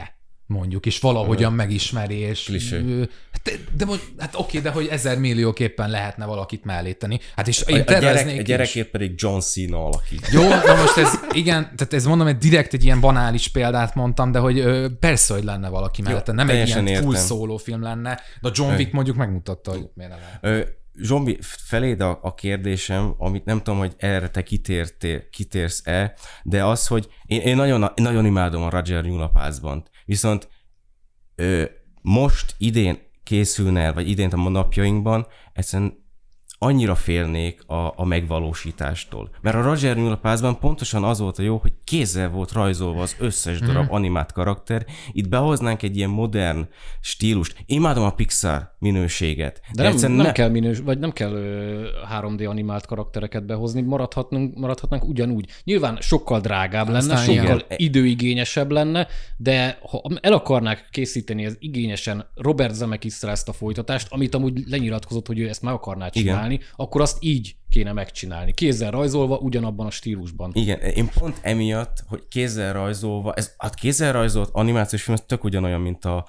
Speaker 3: mondjuk, és valahogyan megismeri, és... Hát oké, de hogy 1000 millióképpen lehetne valakit melléteni. Hát és én
Speaker 2: a gyerekért pedig John Cena alakít.
Speaker 3: Jó, na most ez, igen, tehát ez mondom, hogy direkt egy ilyen banális példát mondtam, de hogy persze, hogy lenne valaki mellette. Nem egy ilyen full szóló film lenne, de a John Wick mondjuk megmutatta, hogy miért nem.
Speaker 2: Zsombi, feléd a kérdésem, amit nem tudom, hogy erre te kitérsz-e, de az, hogy én nagyon imádom a Roger Nyulapácban. Viszont most idén készülne el, vagy idén a napjainkban, egyszerűen annyira félnék a megvalósítástól. Mert a Roger Nyulapácban pontosan az volt a jó, hogy kézzel volt rajzolva az összes darab animált karakter. Itt behoznánk egy ilyen modern stílust. Imádom a Pixar minőséget.
Speaker 4: De nem kell vagy nem kell 3D animált karaktereket behozni, maradhatnánk ugyanúgy. Nyilván sokkal drágább lenne, sokkal időigényesebb lenne, de ha el akarnák készíteni ez igényesen Robert Zemeckis-szel ezt a folytatást, amit amúgy lenyilatkozott, hogy ő ezt meg akarná csinálni, akkor azt így kéne megcsinálni. Kézzel rajzolva, ugyanabban a stílusban.
Speaker 2: Igen, én pont emiatt, hogy kézzel rajzolva, a kézzel rajzolt animációs film, ez tök ugyanolyan, mint a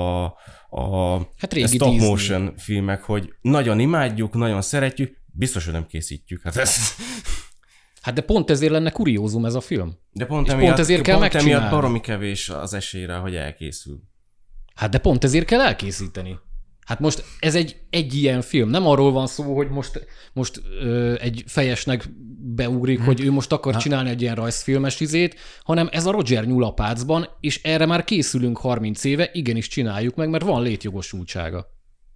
Speaker 2: stop motion filmek, hogy nagyon imádjuk, nagyon szeretjük, biztos, hogy nem készítjük.
Speaker 4: Hát de pont ezért lenne kuriózum ez a film.
Speaker 2: De pont ezért kell megcsinálni. Emiatt baromi kevés az esélyre, hogy elkészül.
Speaker 4: Hát de pont ezért kell elkészíteni. Hát most ez egy ilyen film. Nem arról van szó, hogy most egy fejesnek beugrik, hogy ő most akar csinálni egy ilyen rajzfilmes izét, hanem ez a Roger Nyulapácban, és erre már készülünk 30 éve, igenis csináljuk meg, mert van létjogosultsága.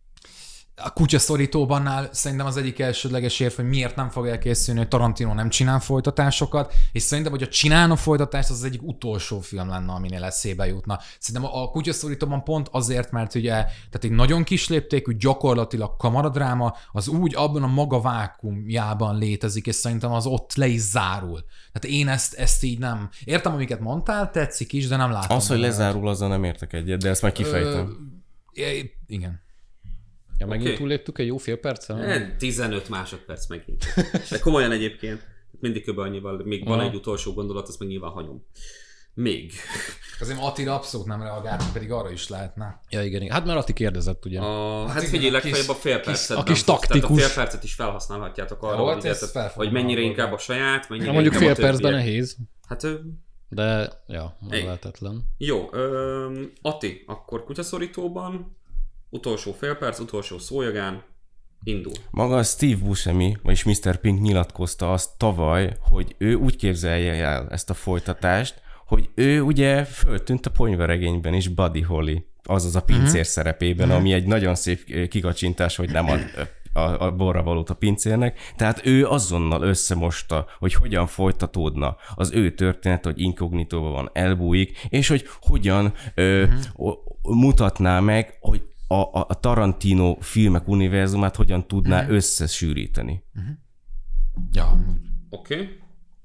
Speaker 3: A kutyaszorítóbannál szerintem az egyik elsődleges érv, hogy miért nem fog elkészülni, hogy Tarantino nem csinál folytatásokat, és szerintem, hogy a csinálna folytatást, az egyik utolsó film lenne, aminél eszébe jutna. Szerintem a kutyaszorítóban pont azért, mert ugye, tehát egy nagyon kis léptékű, gyakorlatilag kamaradráma, az úgy abban a maga vákuumjában létezik, és szerintem az ott le is zárul. Tehát én ezt így nem... Értem, amiket mondtál, tetszik is, de nem látom.
Speaker 2: Az, hogy lezárul, azzal nem értek egyet, de ezt majd kifejtem.
Speaker 3: Igen.
Speaker 4: Ja, megint túlléptük egy jó fél perccel?
Speaker 1: 15 másodperc megint. De komolyan egyébként, mindig kb. Annyival, még van egy utolsó gondolat, azt meg nyilván hagyom. Még.
Speaker 3: Azért Attila abszolút nem reagált, pedig arra is lehetne.
Speaker 4: Ja, igen. Hát mert Atti kérdezett, ugye.
Speaker 1: Hát figyelj, legfeljebb a fél percet.
Speaker 4: A kis taktikus.
Speaker 1: Tehát a fél percet is felhasználhatjátok arra, hogy mennyire inkább a saját, mennyire
Speaker 4: mondjuk fél percben nehéz.
Speaker 1: Hát
Speaker 4: de, ja, lehetetlen.
Speaker 1: Jó, Atti, akkor kutyaszorítóban utolsó fél perc, utolsó szójagán, indul.
Speaker 2: Maga Steve Buscemi, vagyis Mr. Pink nyilatkozta azt tavaly, hogy ő úgy képzelje el ezt a folytatást, hogy ő ugye föltűnt a ponyvaregényben is Buddy Holly, azaz a pincér szerepében, ami egy nagyon szép kikacsintás, hogy nem ad a borra valót a pincérnek. Tehát ő azonnal összemosta, hogy hogyan folytatódna az ő történet, hogy inkognitóban van, elbújik, és hogy hogyan mutatná meg, hogy a Tarantino filmek univerzumát hogyan tudná összesűríteni.
Speaker 3: Ja.
Speaker 1: Oké.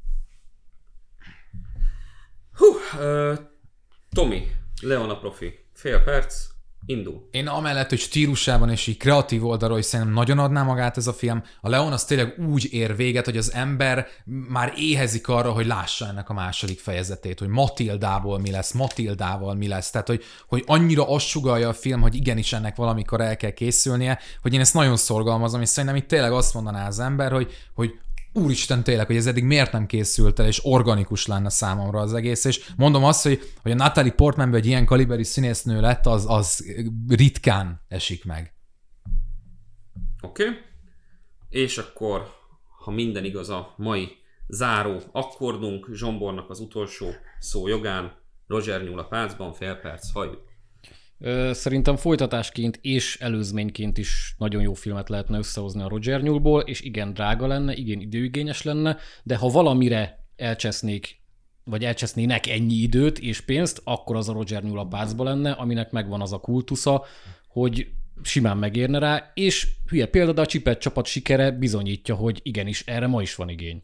Speaker 1: Tomi, Leona profi, fél perc, indul.
Speaker 3: Én amellett, hogy stílusában és így kreatív oldalról is szerintem nagyon adná magát ez a film. A Leon az tényleg úgy ér véget, hogy az ember már éhezik arra, hogy lássa ennek a második fejezetét, hogy Matildával mi lesz. Tehát, hogy annyira azt sugallja a film, hogy igenis ennek valamikor el kell készülnie, hogy én ezt nagyon szorgalmazom, és szerintem itt tényleg azt mondaná az ember, hogy úristen tényleg, hogy ez eddig miért nem készült el, és organikus lenne számomra az egész, és mondom azt, hogy a Natalie Portmanből egy ilyen kaliberű színésznő lett, az ritkán esik meg.
Speaker 1: Oké. És akkor, ha minden igaz, a mai záró akkordunk, Zsombornak az utolsó szó jogán, Roger Nyulapácban, fél perc, halljuk.
Speaker 4: Szerintem folytatásként és előzményként is nagyon jó filmet lehetne összehozni a Roger Nyúlból, és igen, drága lenne, igen, időigényes lenne, de ha valamire elcsesznének ennyi időt és pénzt, akkor az a Roger Nyúlapácba lenne, aminek megvan az a kultusza, hogy simán megérne rá, és hülye példa, de a Csipet csapat sikere bizonyítja, hogy igenis, erre ma is van igény.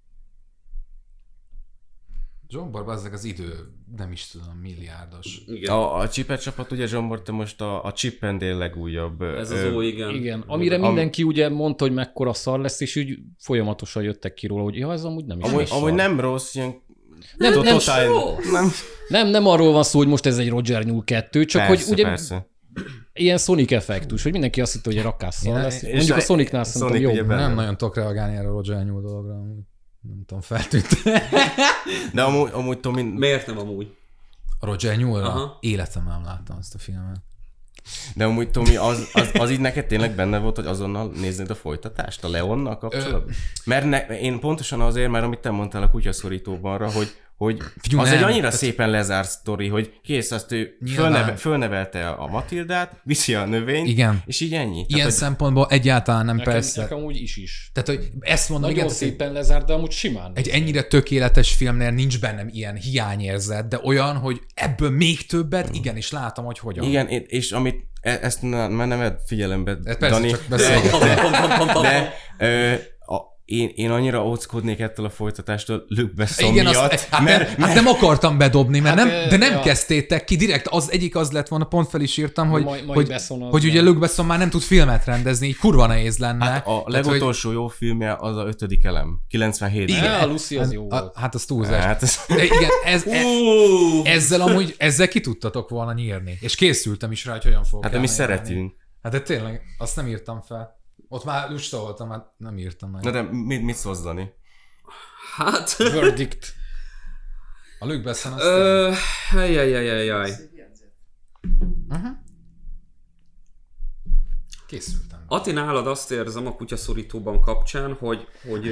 Speaker 3: Zsombor, ezek az idő, nem is tudom, milliárdos.
Speaker 2: Igen. A Csipet csapat, ugye Zsombor, te most a Chip and Dale legújabb.
Speaker 1: Ez az ó, igen.
Speaker 4: Igen, amire mindenki ugye mondta, hogy mekkora szar lesz, és úgy folyamatosan jöttek ki róla, hogy ja, ez amúgy nem is
Speaker 2: amúgy nem rossz, ilyen
Speaker 4: Nem arról van szó, hogy most ez egy Roger Newell 2, csak
Speaker 2: persze,
Speaker 4: hogy ugye
Speaker 2: persze.
Speaker 4: ilyen Sonic effektus, hogy mindenki azt hitte, hogy rakásszal lesz. Mondjuk a Sonicnál szerintem jobb.
Speaker 3: Nem nagyon tudok reagálni erre a Roger Newell dologra. Nem tudom, feltűnt.
Speaker 2: De amúgy Tomi...
Speaker 1: Miért nem amúgy?
Speaker 3: A Roger Newell-ra? Életem nem láttam ezt a filmet.
Speaker 2: De amúgy Tomi, az így neked tényleg benne volt, hogy azonnal néznéd a folytatást a Leonnal kapcsolatban? Mert én pontosan azért, mert amit te mondtál a kutyaszorítóbanra, hogy
Speaker 3: Figyelj,
Speaker 2: az
Speaker 3: nem.
Speaker 2: egy annyira szépen lezárt sztori, hogy kész, azt ő fölnevelte a Matildát, viszi a növényt,
Speaker 3: igen.
Speaker 2: és így ennyi.
Speaker 3: Ilyen
Speaker 2: Tehát,
Speaker 3: szempontból egyáltalán nem persze.
Speaker 4: Nekem úgy is.
Speaker 3: Tehát, hogy ezt mondom,
Speaker 4: nagyon
Speaker 3: igen,
Speaker 4: szépen lezárt, de amúgy simán.
Speaker 3: Egy ennyire tökéletes filmnél nincs bennem ilyen hiányérzet, de olyan, hogy ebből még többet, igenis látom, hogy hogyan.
Speaker 2: Igen, és amit ezt már nem vedd figyelembe,
Speaker 3: Persze,
Speaker 2: Dani,
Speaker 3: csak beszélgetünk.
Speaker 2: én annyira óckodnék ettől a folytatástól Luc Besson
Speaker 3: Igen,
Speaker 2: miatt,
Speaker 3: hát nem akartam bedobni, mert nem kezdtétek ki, direkt az egyik az lett volna, pont fel is írtam, hogy ugye Luc Besson már nem tud filmet rendezni, így kurva nehéz lenne.
Speaker 2: Hát a legutolsó jó filmje az a 5. elem, 97-ben.
Speaker 4: Igen, a Lucy az jó volt.
Speaker 3: Hát az túlzás.
Speaker 2: Hát
Speaker 3: igen, ezzel ki tudtatok volna nyírni. És készültem is rá, hogy hogyan fogok.
Speaker 2: Hát de mi szeretünk.
Speaker 3: Hát de tényleg, azt nem írtam fel. Ott már lusta voltam, hát nem írtam meg.
Speaker 2: Na de mit szólsz, Dani?
Speaker 1: Hát...
Speaker 4: Verdict.
Speaker 3: A Luc Besson azt...
Speaker 1: Jaj.
Speaker 3: Készültem.
Speaker 1: Ati, nálad azt érzem a kutyaszorítóban kapcsán, hogy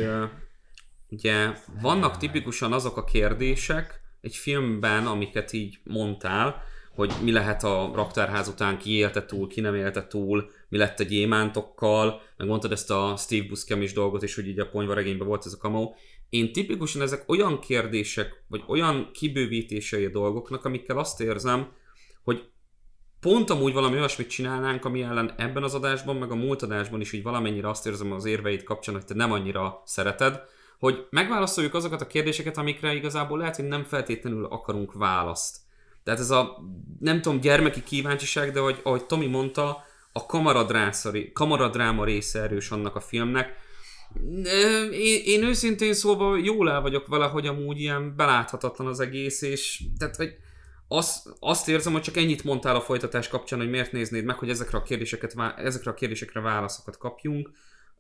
Speaker 1: ugye vannak tipikusan azok a kérdések egy filmben, amiket így mondtál, hogy mi lehet a raktárház után, ki élte túl, ki nem élte túl, mi lett a gyémántokkal, meg mondtad ezt a Steve Buscemi dolgot is, hogy így a ponyvaregényben volt ez a kamó. Én tipikusan ezek olyan kérdések, vagy olyan kibővítései a dolgoknak, amikkel azt érzem, hogy pont amúgy valami olyasmit csinálnánk, ami ellen ebben az adásban, meg a múlt adásban is így valamennyire azt érzem az érveid kapcsán, hogy te nem annyira szereted, hogy megválaszoljuk azokat a kérdéseket, amikre igazából lehet, hogy nem feltétlenül akarunk választ. Tehát ez a, nem tudom, gyermeki kíváncsiság, de ahogy Tomi mondta, a kamaradráma része erős annak a filmnek. Én őszintén szólva jól el vagyok vele, hogy amúgy ilyen beláthatatlan az egész, és tehát, hogy azt érzem, hogy csak ennyit mondtál a folytatás kapcsán, hogy miért néznéd meg, hogy ezekre a kérdésekre válaszokat kapjunk.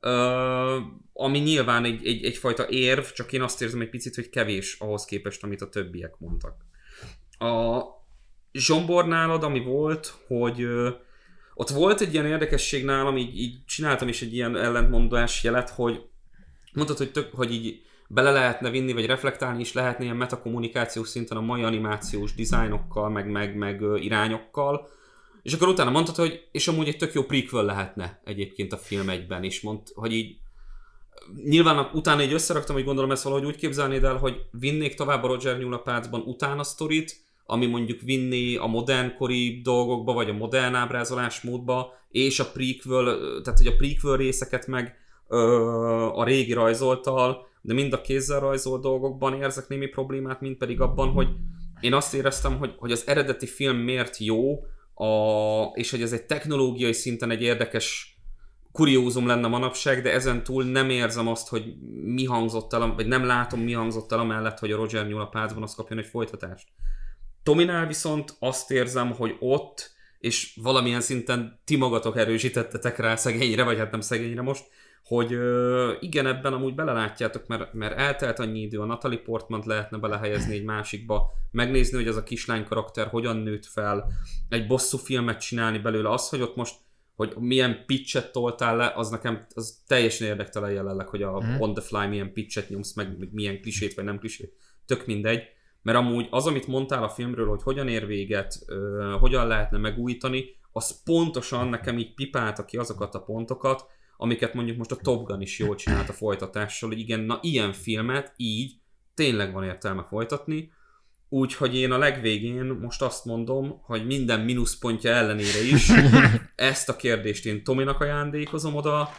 Speaker 1: Ami nyilván egyfajta érv, csak én azt érzem egy picit, hogy kevés ahhoz képest, amit a többiek mondtak. A Zsombor nálad, ami volt, hogy ott volt egy ilyen érdekesség nálam, így csináltam is egy ilyen ellentmondás jelet, hogy mondtad, hogy így bele lehetne vinni, vagy reflektálni is lehetne ilyen metakommunikációs szinten a mai animációs dizájnokkal, meg irányokkal, és akkor utána mondtad, hogy és amúgy egy tök jó prequel lehetne egyébként a film egyben is, hogy így nyilván utána így összeraktam, hogy gondolom ezt valahogy úgy képzelnéd el, hogy vinnék tovább a Roger Newell a pácban utána sztorit, ami mondjuk vinni a modernkori dolgokba, vagy a modern ábrázolásmódba, és a prequel, tehát hogy a prequel részeket meg a régi rajzoltal, de mind a kézzel rajzolt dolgokban érzek némi problémát, mind pedig abban, hogy én azt éreztem, hogy az eredeti film miért jó, és hogy ez egy technológiai szinten egy érdekes kuriózum lenne manapság, de ezen túl nem érzem azt, hogy mi hangzott el, vagy nem látom, mi hangzott el amellett, hogy a Roger Newell a pácban az kapjon egy folytatást. Tominál viszont azt érzem, hogy ott, és valamilyen szinten ti magatok erősítettetek rá szegényre, vagy hát nem szegényre most, hogy igen, ebben amúgy belelátjátok, mert eltelt annyi idő, a Natalie Portmant lehetne belehelyezni egy másikba, megnézni, hogy ez a kislány karakter hogyan nőtt fel, egy bosszú filmet csinálni belőle, az, hogy ott most, hogy milyen pitchet toltál le, az nekem az teljesen érdektelen jelenleg, hogy a on the fly milyen pitchet nyomsz, meg milyen klisét vagy nem klisét, tök mindegy, mert amúgy az, amit mondtál a filmről, hogy hogyan ér véget, hogyan lehetne megújítani, az pontosan nekem így pipálta ki azokat a pontokat, amiket mondjuk most a Top Gun is jól csinált a folytatással, hogy igen, na ilyen filmet így tényleg van értelme folytatni, úgyhogy én a legvégén most azt mondom, hogy minden mínuszpontja ellenére is ezt a kérdést én Tominak ajándékozom oda,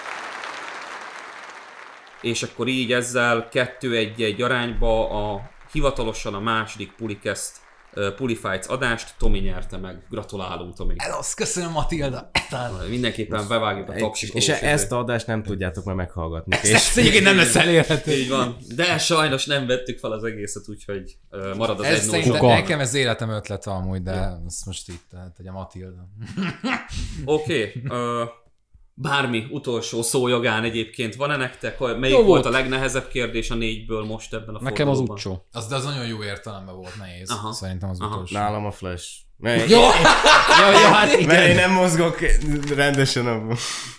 Speaker 1: és akkor így ezzel 2-1-1 arányba hivatalosan a második Pulikeszt Pulifights adást, Tomi nyerte meg. Gratulálunk, Tomi.
Speaker 3: Ez az, köszönöm Attila.
Speaker 1: Mindenképpen bevágjuk a toxikolós.
Speaker 2: És ezt a adást nem tudjátok már meghallgatni.
Speaker 3: Ez egyébként nem lesz elérhető.
Speaker 1: Így van. De sajnos nem vettük fel az egészet, úgyhogy marad az
Speaker 3: ez
Speaker 1: egy
Speaker 3: nózsa. Nekem ez életem ötlete amúgy, de ezt most itt tegyem Attila.
Speaker 1: Oké. Bármi utolsó szójogán egyébként van-e nektek? Melyik volt a legnehezebb kérdés a 4-ből most ebben a
Speaker 4: Nekem
Speaker 1: fordulóban?
Speaker 4: az utcsó.
Speaker 3: Az nagyon jó értelemben volt nehéz. Szerintem az utolsó.
Speaker 2: Nálam a Flash.
Speaker 4: Jó, hát igen.
Speaker 2: Mert én nem mozgok rendesen abban.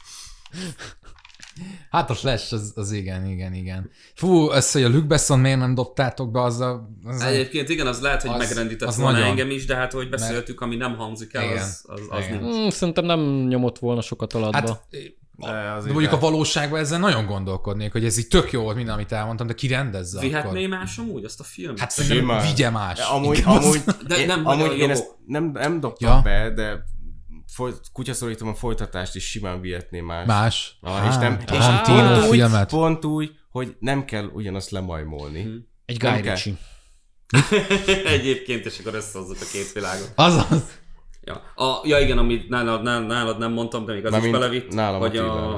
Speaker 3: Hát a Flash, az igen. Fú, ezt, hogy a Luke Besson miért nem dobtátok be,
Speaker 1: Egyébként igen, az lehet, hogy megrendített volna engem is, de hát, hogy beszéltük, ami nem hangzik el, az nincs.
Speaker 4: Szerintem nem nyomott volna sokat alatba.
Speaker 3: Hát, de mondjuk a valóságban ezzel nagyon gondolkodnék, hogy ez így tök jó volt minden, amit elmondtam, de ki rendezze
Speaker 1: Vihetné más amúgy azt a filmet?
Speaker 3: Hát szerintem vigye más.
Speaker 2: Amúgy én ezt nem dobtam be, de kutyaszorítom a folytatást is simán vihetném más. És pont úgy, hogy nem kell ugyanazt lemajmolni.
Speaker 4: Egy Guy Ritchie.
Speaker 1: Egyébként, és akkor összehozzuk a két világot.
Speaker 3: Azaz.
Speaker 1: Ja igen, amit nálad nem mondtam, de még az is belevitt, hogy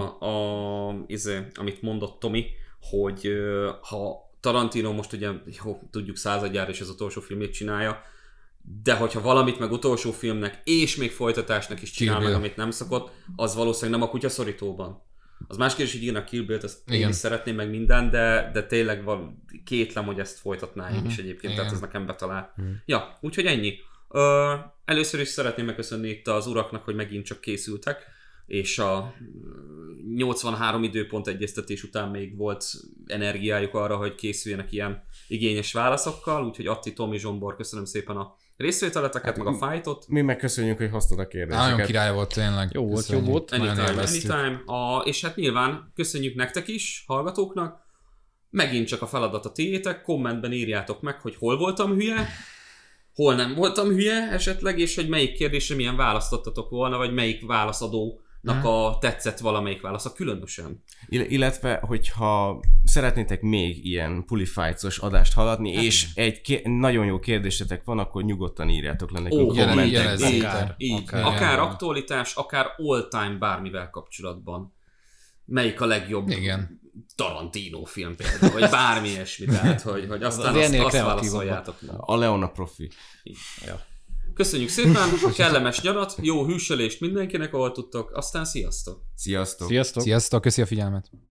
Speaker 1: amit mondott Tomi, hogy ha Tarantino most ugye, tudjuk 100-adjára is az utolsó filmét csinálja, de hogyha valamit meg utolsó filmnek és még folytatásnak is csinál meg, amit nem szokott, az valószínűleg nem a kutyaszorítóban. Az más kérdés, hogy írnak Kill Bill-t, ezt én is szeretném meg minden, de tényleg kétlem, hogy ezt folytatná én is egyébként, tehát ez nekem betalál. Ja, úgyhogy ennyi. Először is szeretném megköszönni itt az uraknak, hogy megint csak készültek, és a 83 időpont egyeztetés után még volt energiájuk arra, hogy készüljenek ilyen igényes válaszokkal, úgyhogy Atti, Tomi, Zsombor, köszönöm szépen a részvételeteket, meg a fájtot.
Speaker 2: Mi megköszönjük, hogy hoztad a kérdéseket.
Speaker 3: Nagyon király volt tényleg.
Speaker 4: Jó volt.
Speaker 1: Anytime. És hát nyilván köszönjük nektek is, hallgatóknak. Megint csak a feladat a tiétek, kommentben írjátok meg, hogy hol voltam hülye, hol nem voltam hülye esetleg, és hogy melyik kérdésre milyen választottatok volna, vagy melyik válaszadónak a tetszett valamelyik válasza különösen.
Speaker 2: Illetve, hogyha szeretnétek még ilyen Pulifights-os adást hallgatni, és egy nagyon jó kérdésetek van, akkor nyugodtan írjátok le nekünk kommentekben.
Speaker 1: Akár aktualitás, akár all-time bármivel kapcsolatban. Melyik a legjobb Tarantino film például, vagy bármi ilyesmi, tehát, hogy aztán azt válaszoljátok.
Speaker 2: A Leona profi.
Speaker 1: Ja. Köszönjük szépen, kellemes nyarat, jó hűsölést mindenkinek, ahol tudtok, aztán sziasztok!
Speaker 2: Sziasztok!
Speaker 3: Sziasztok, köszi a figyelmet!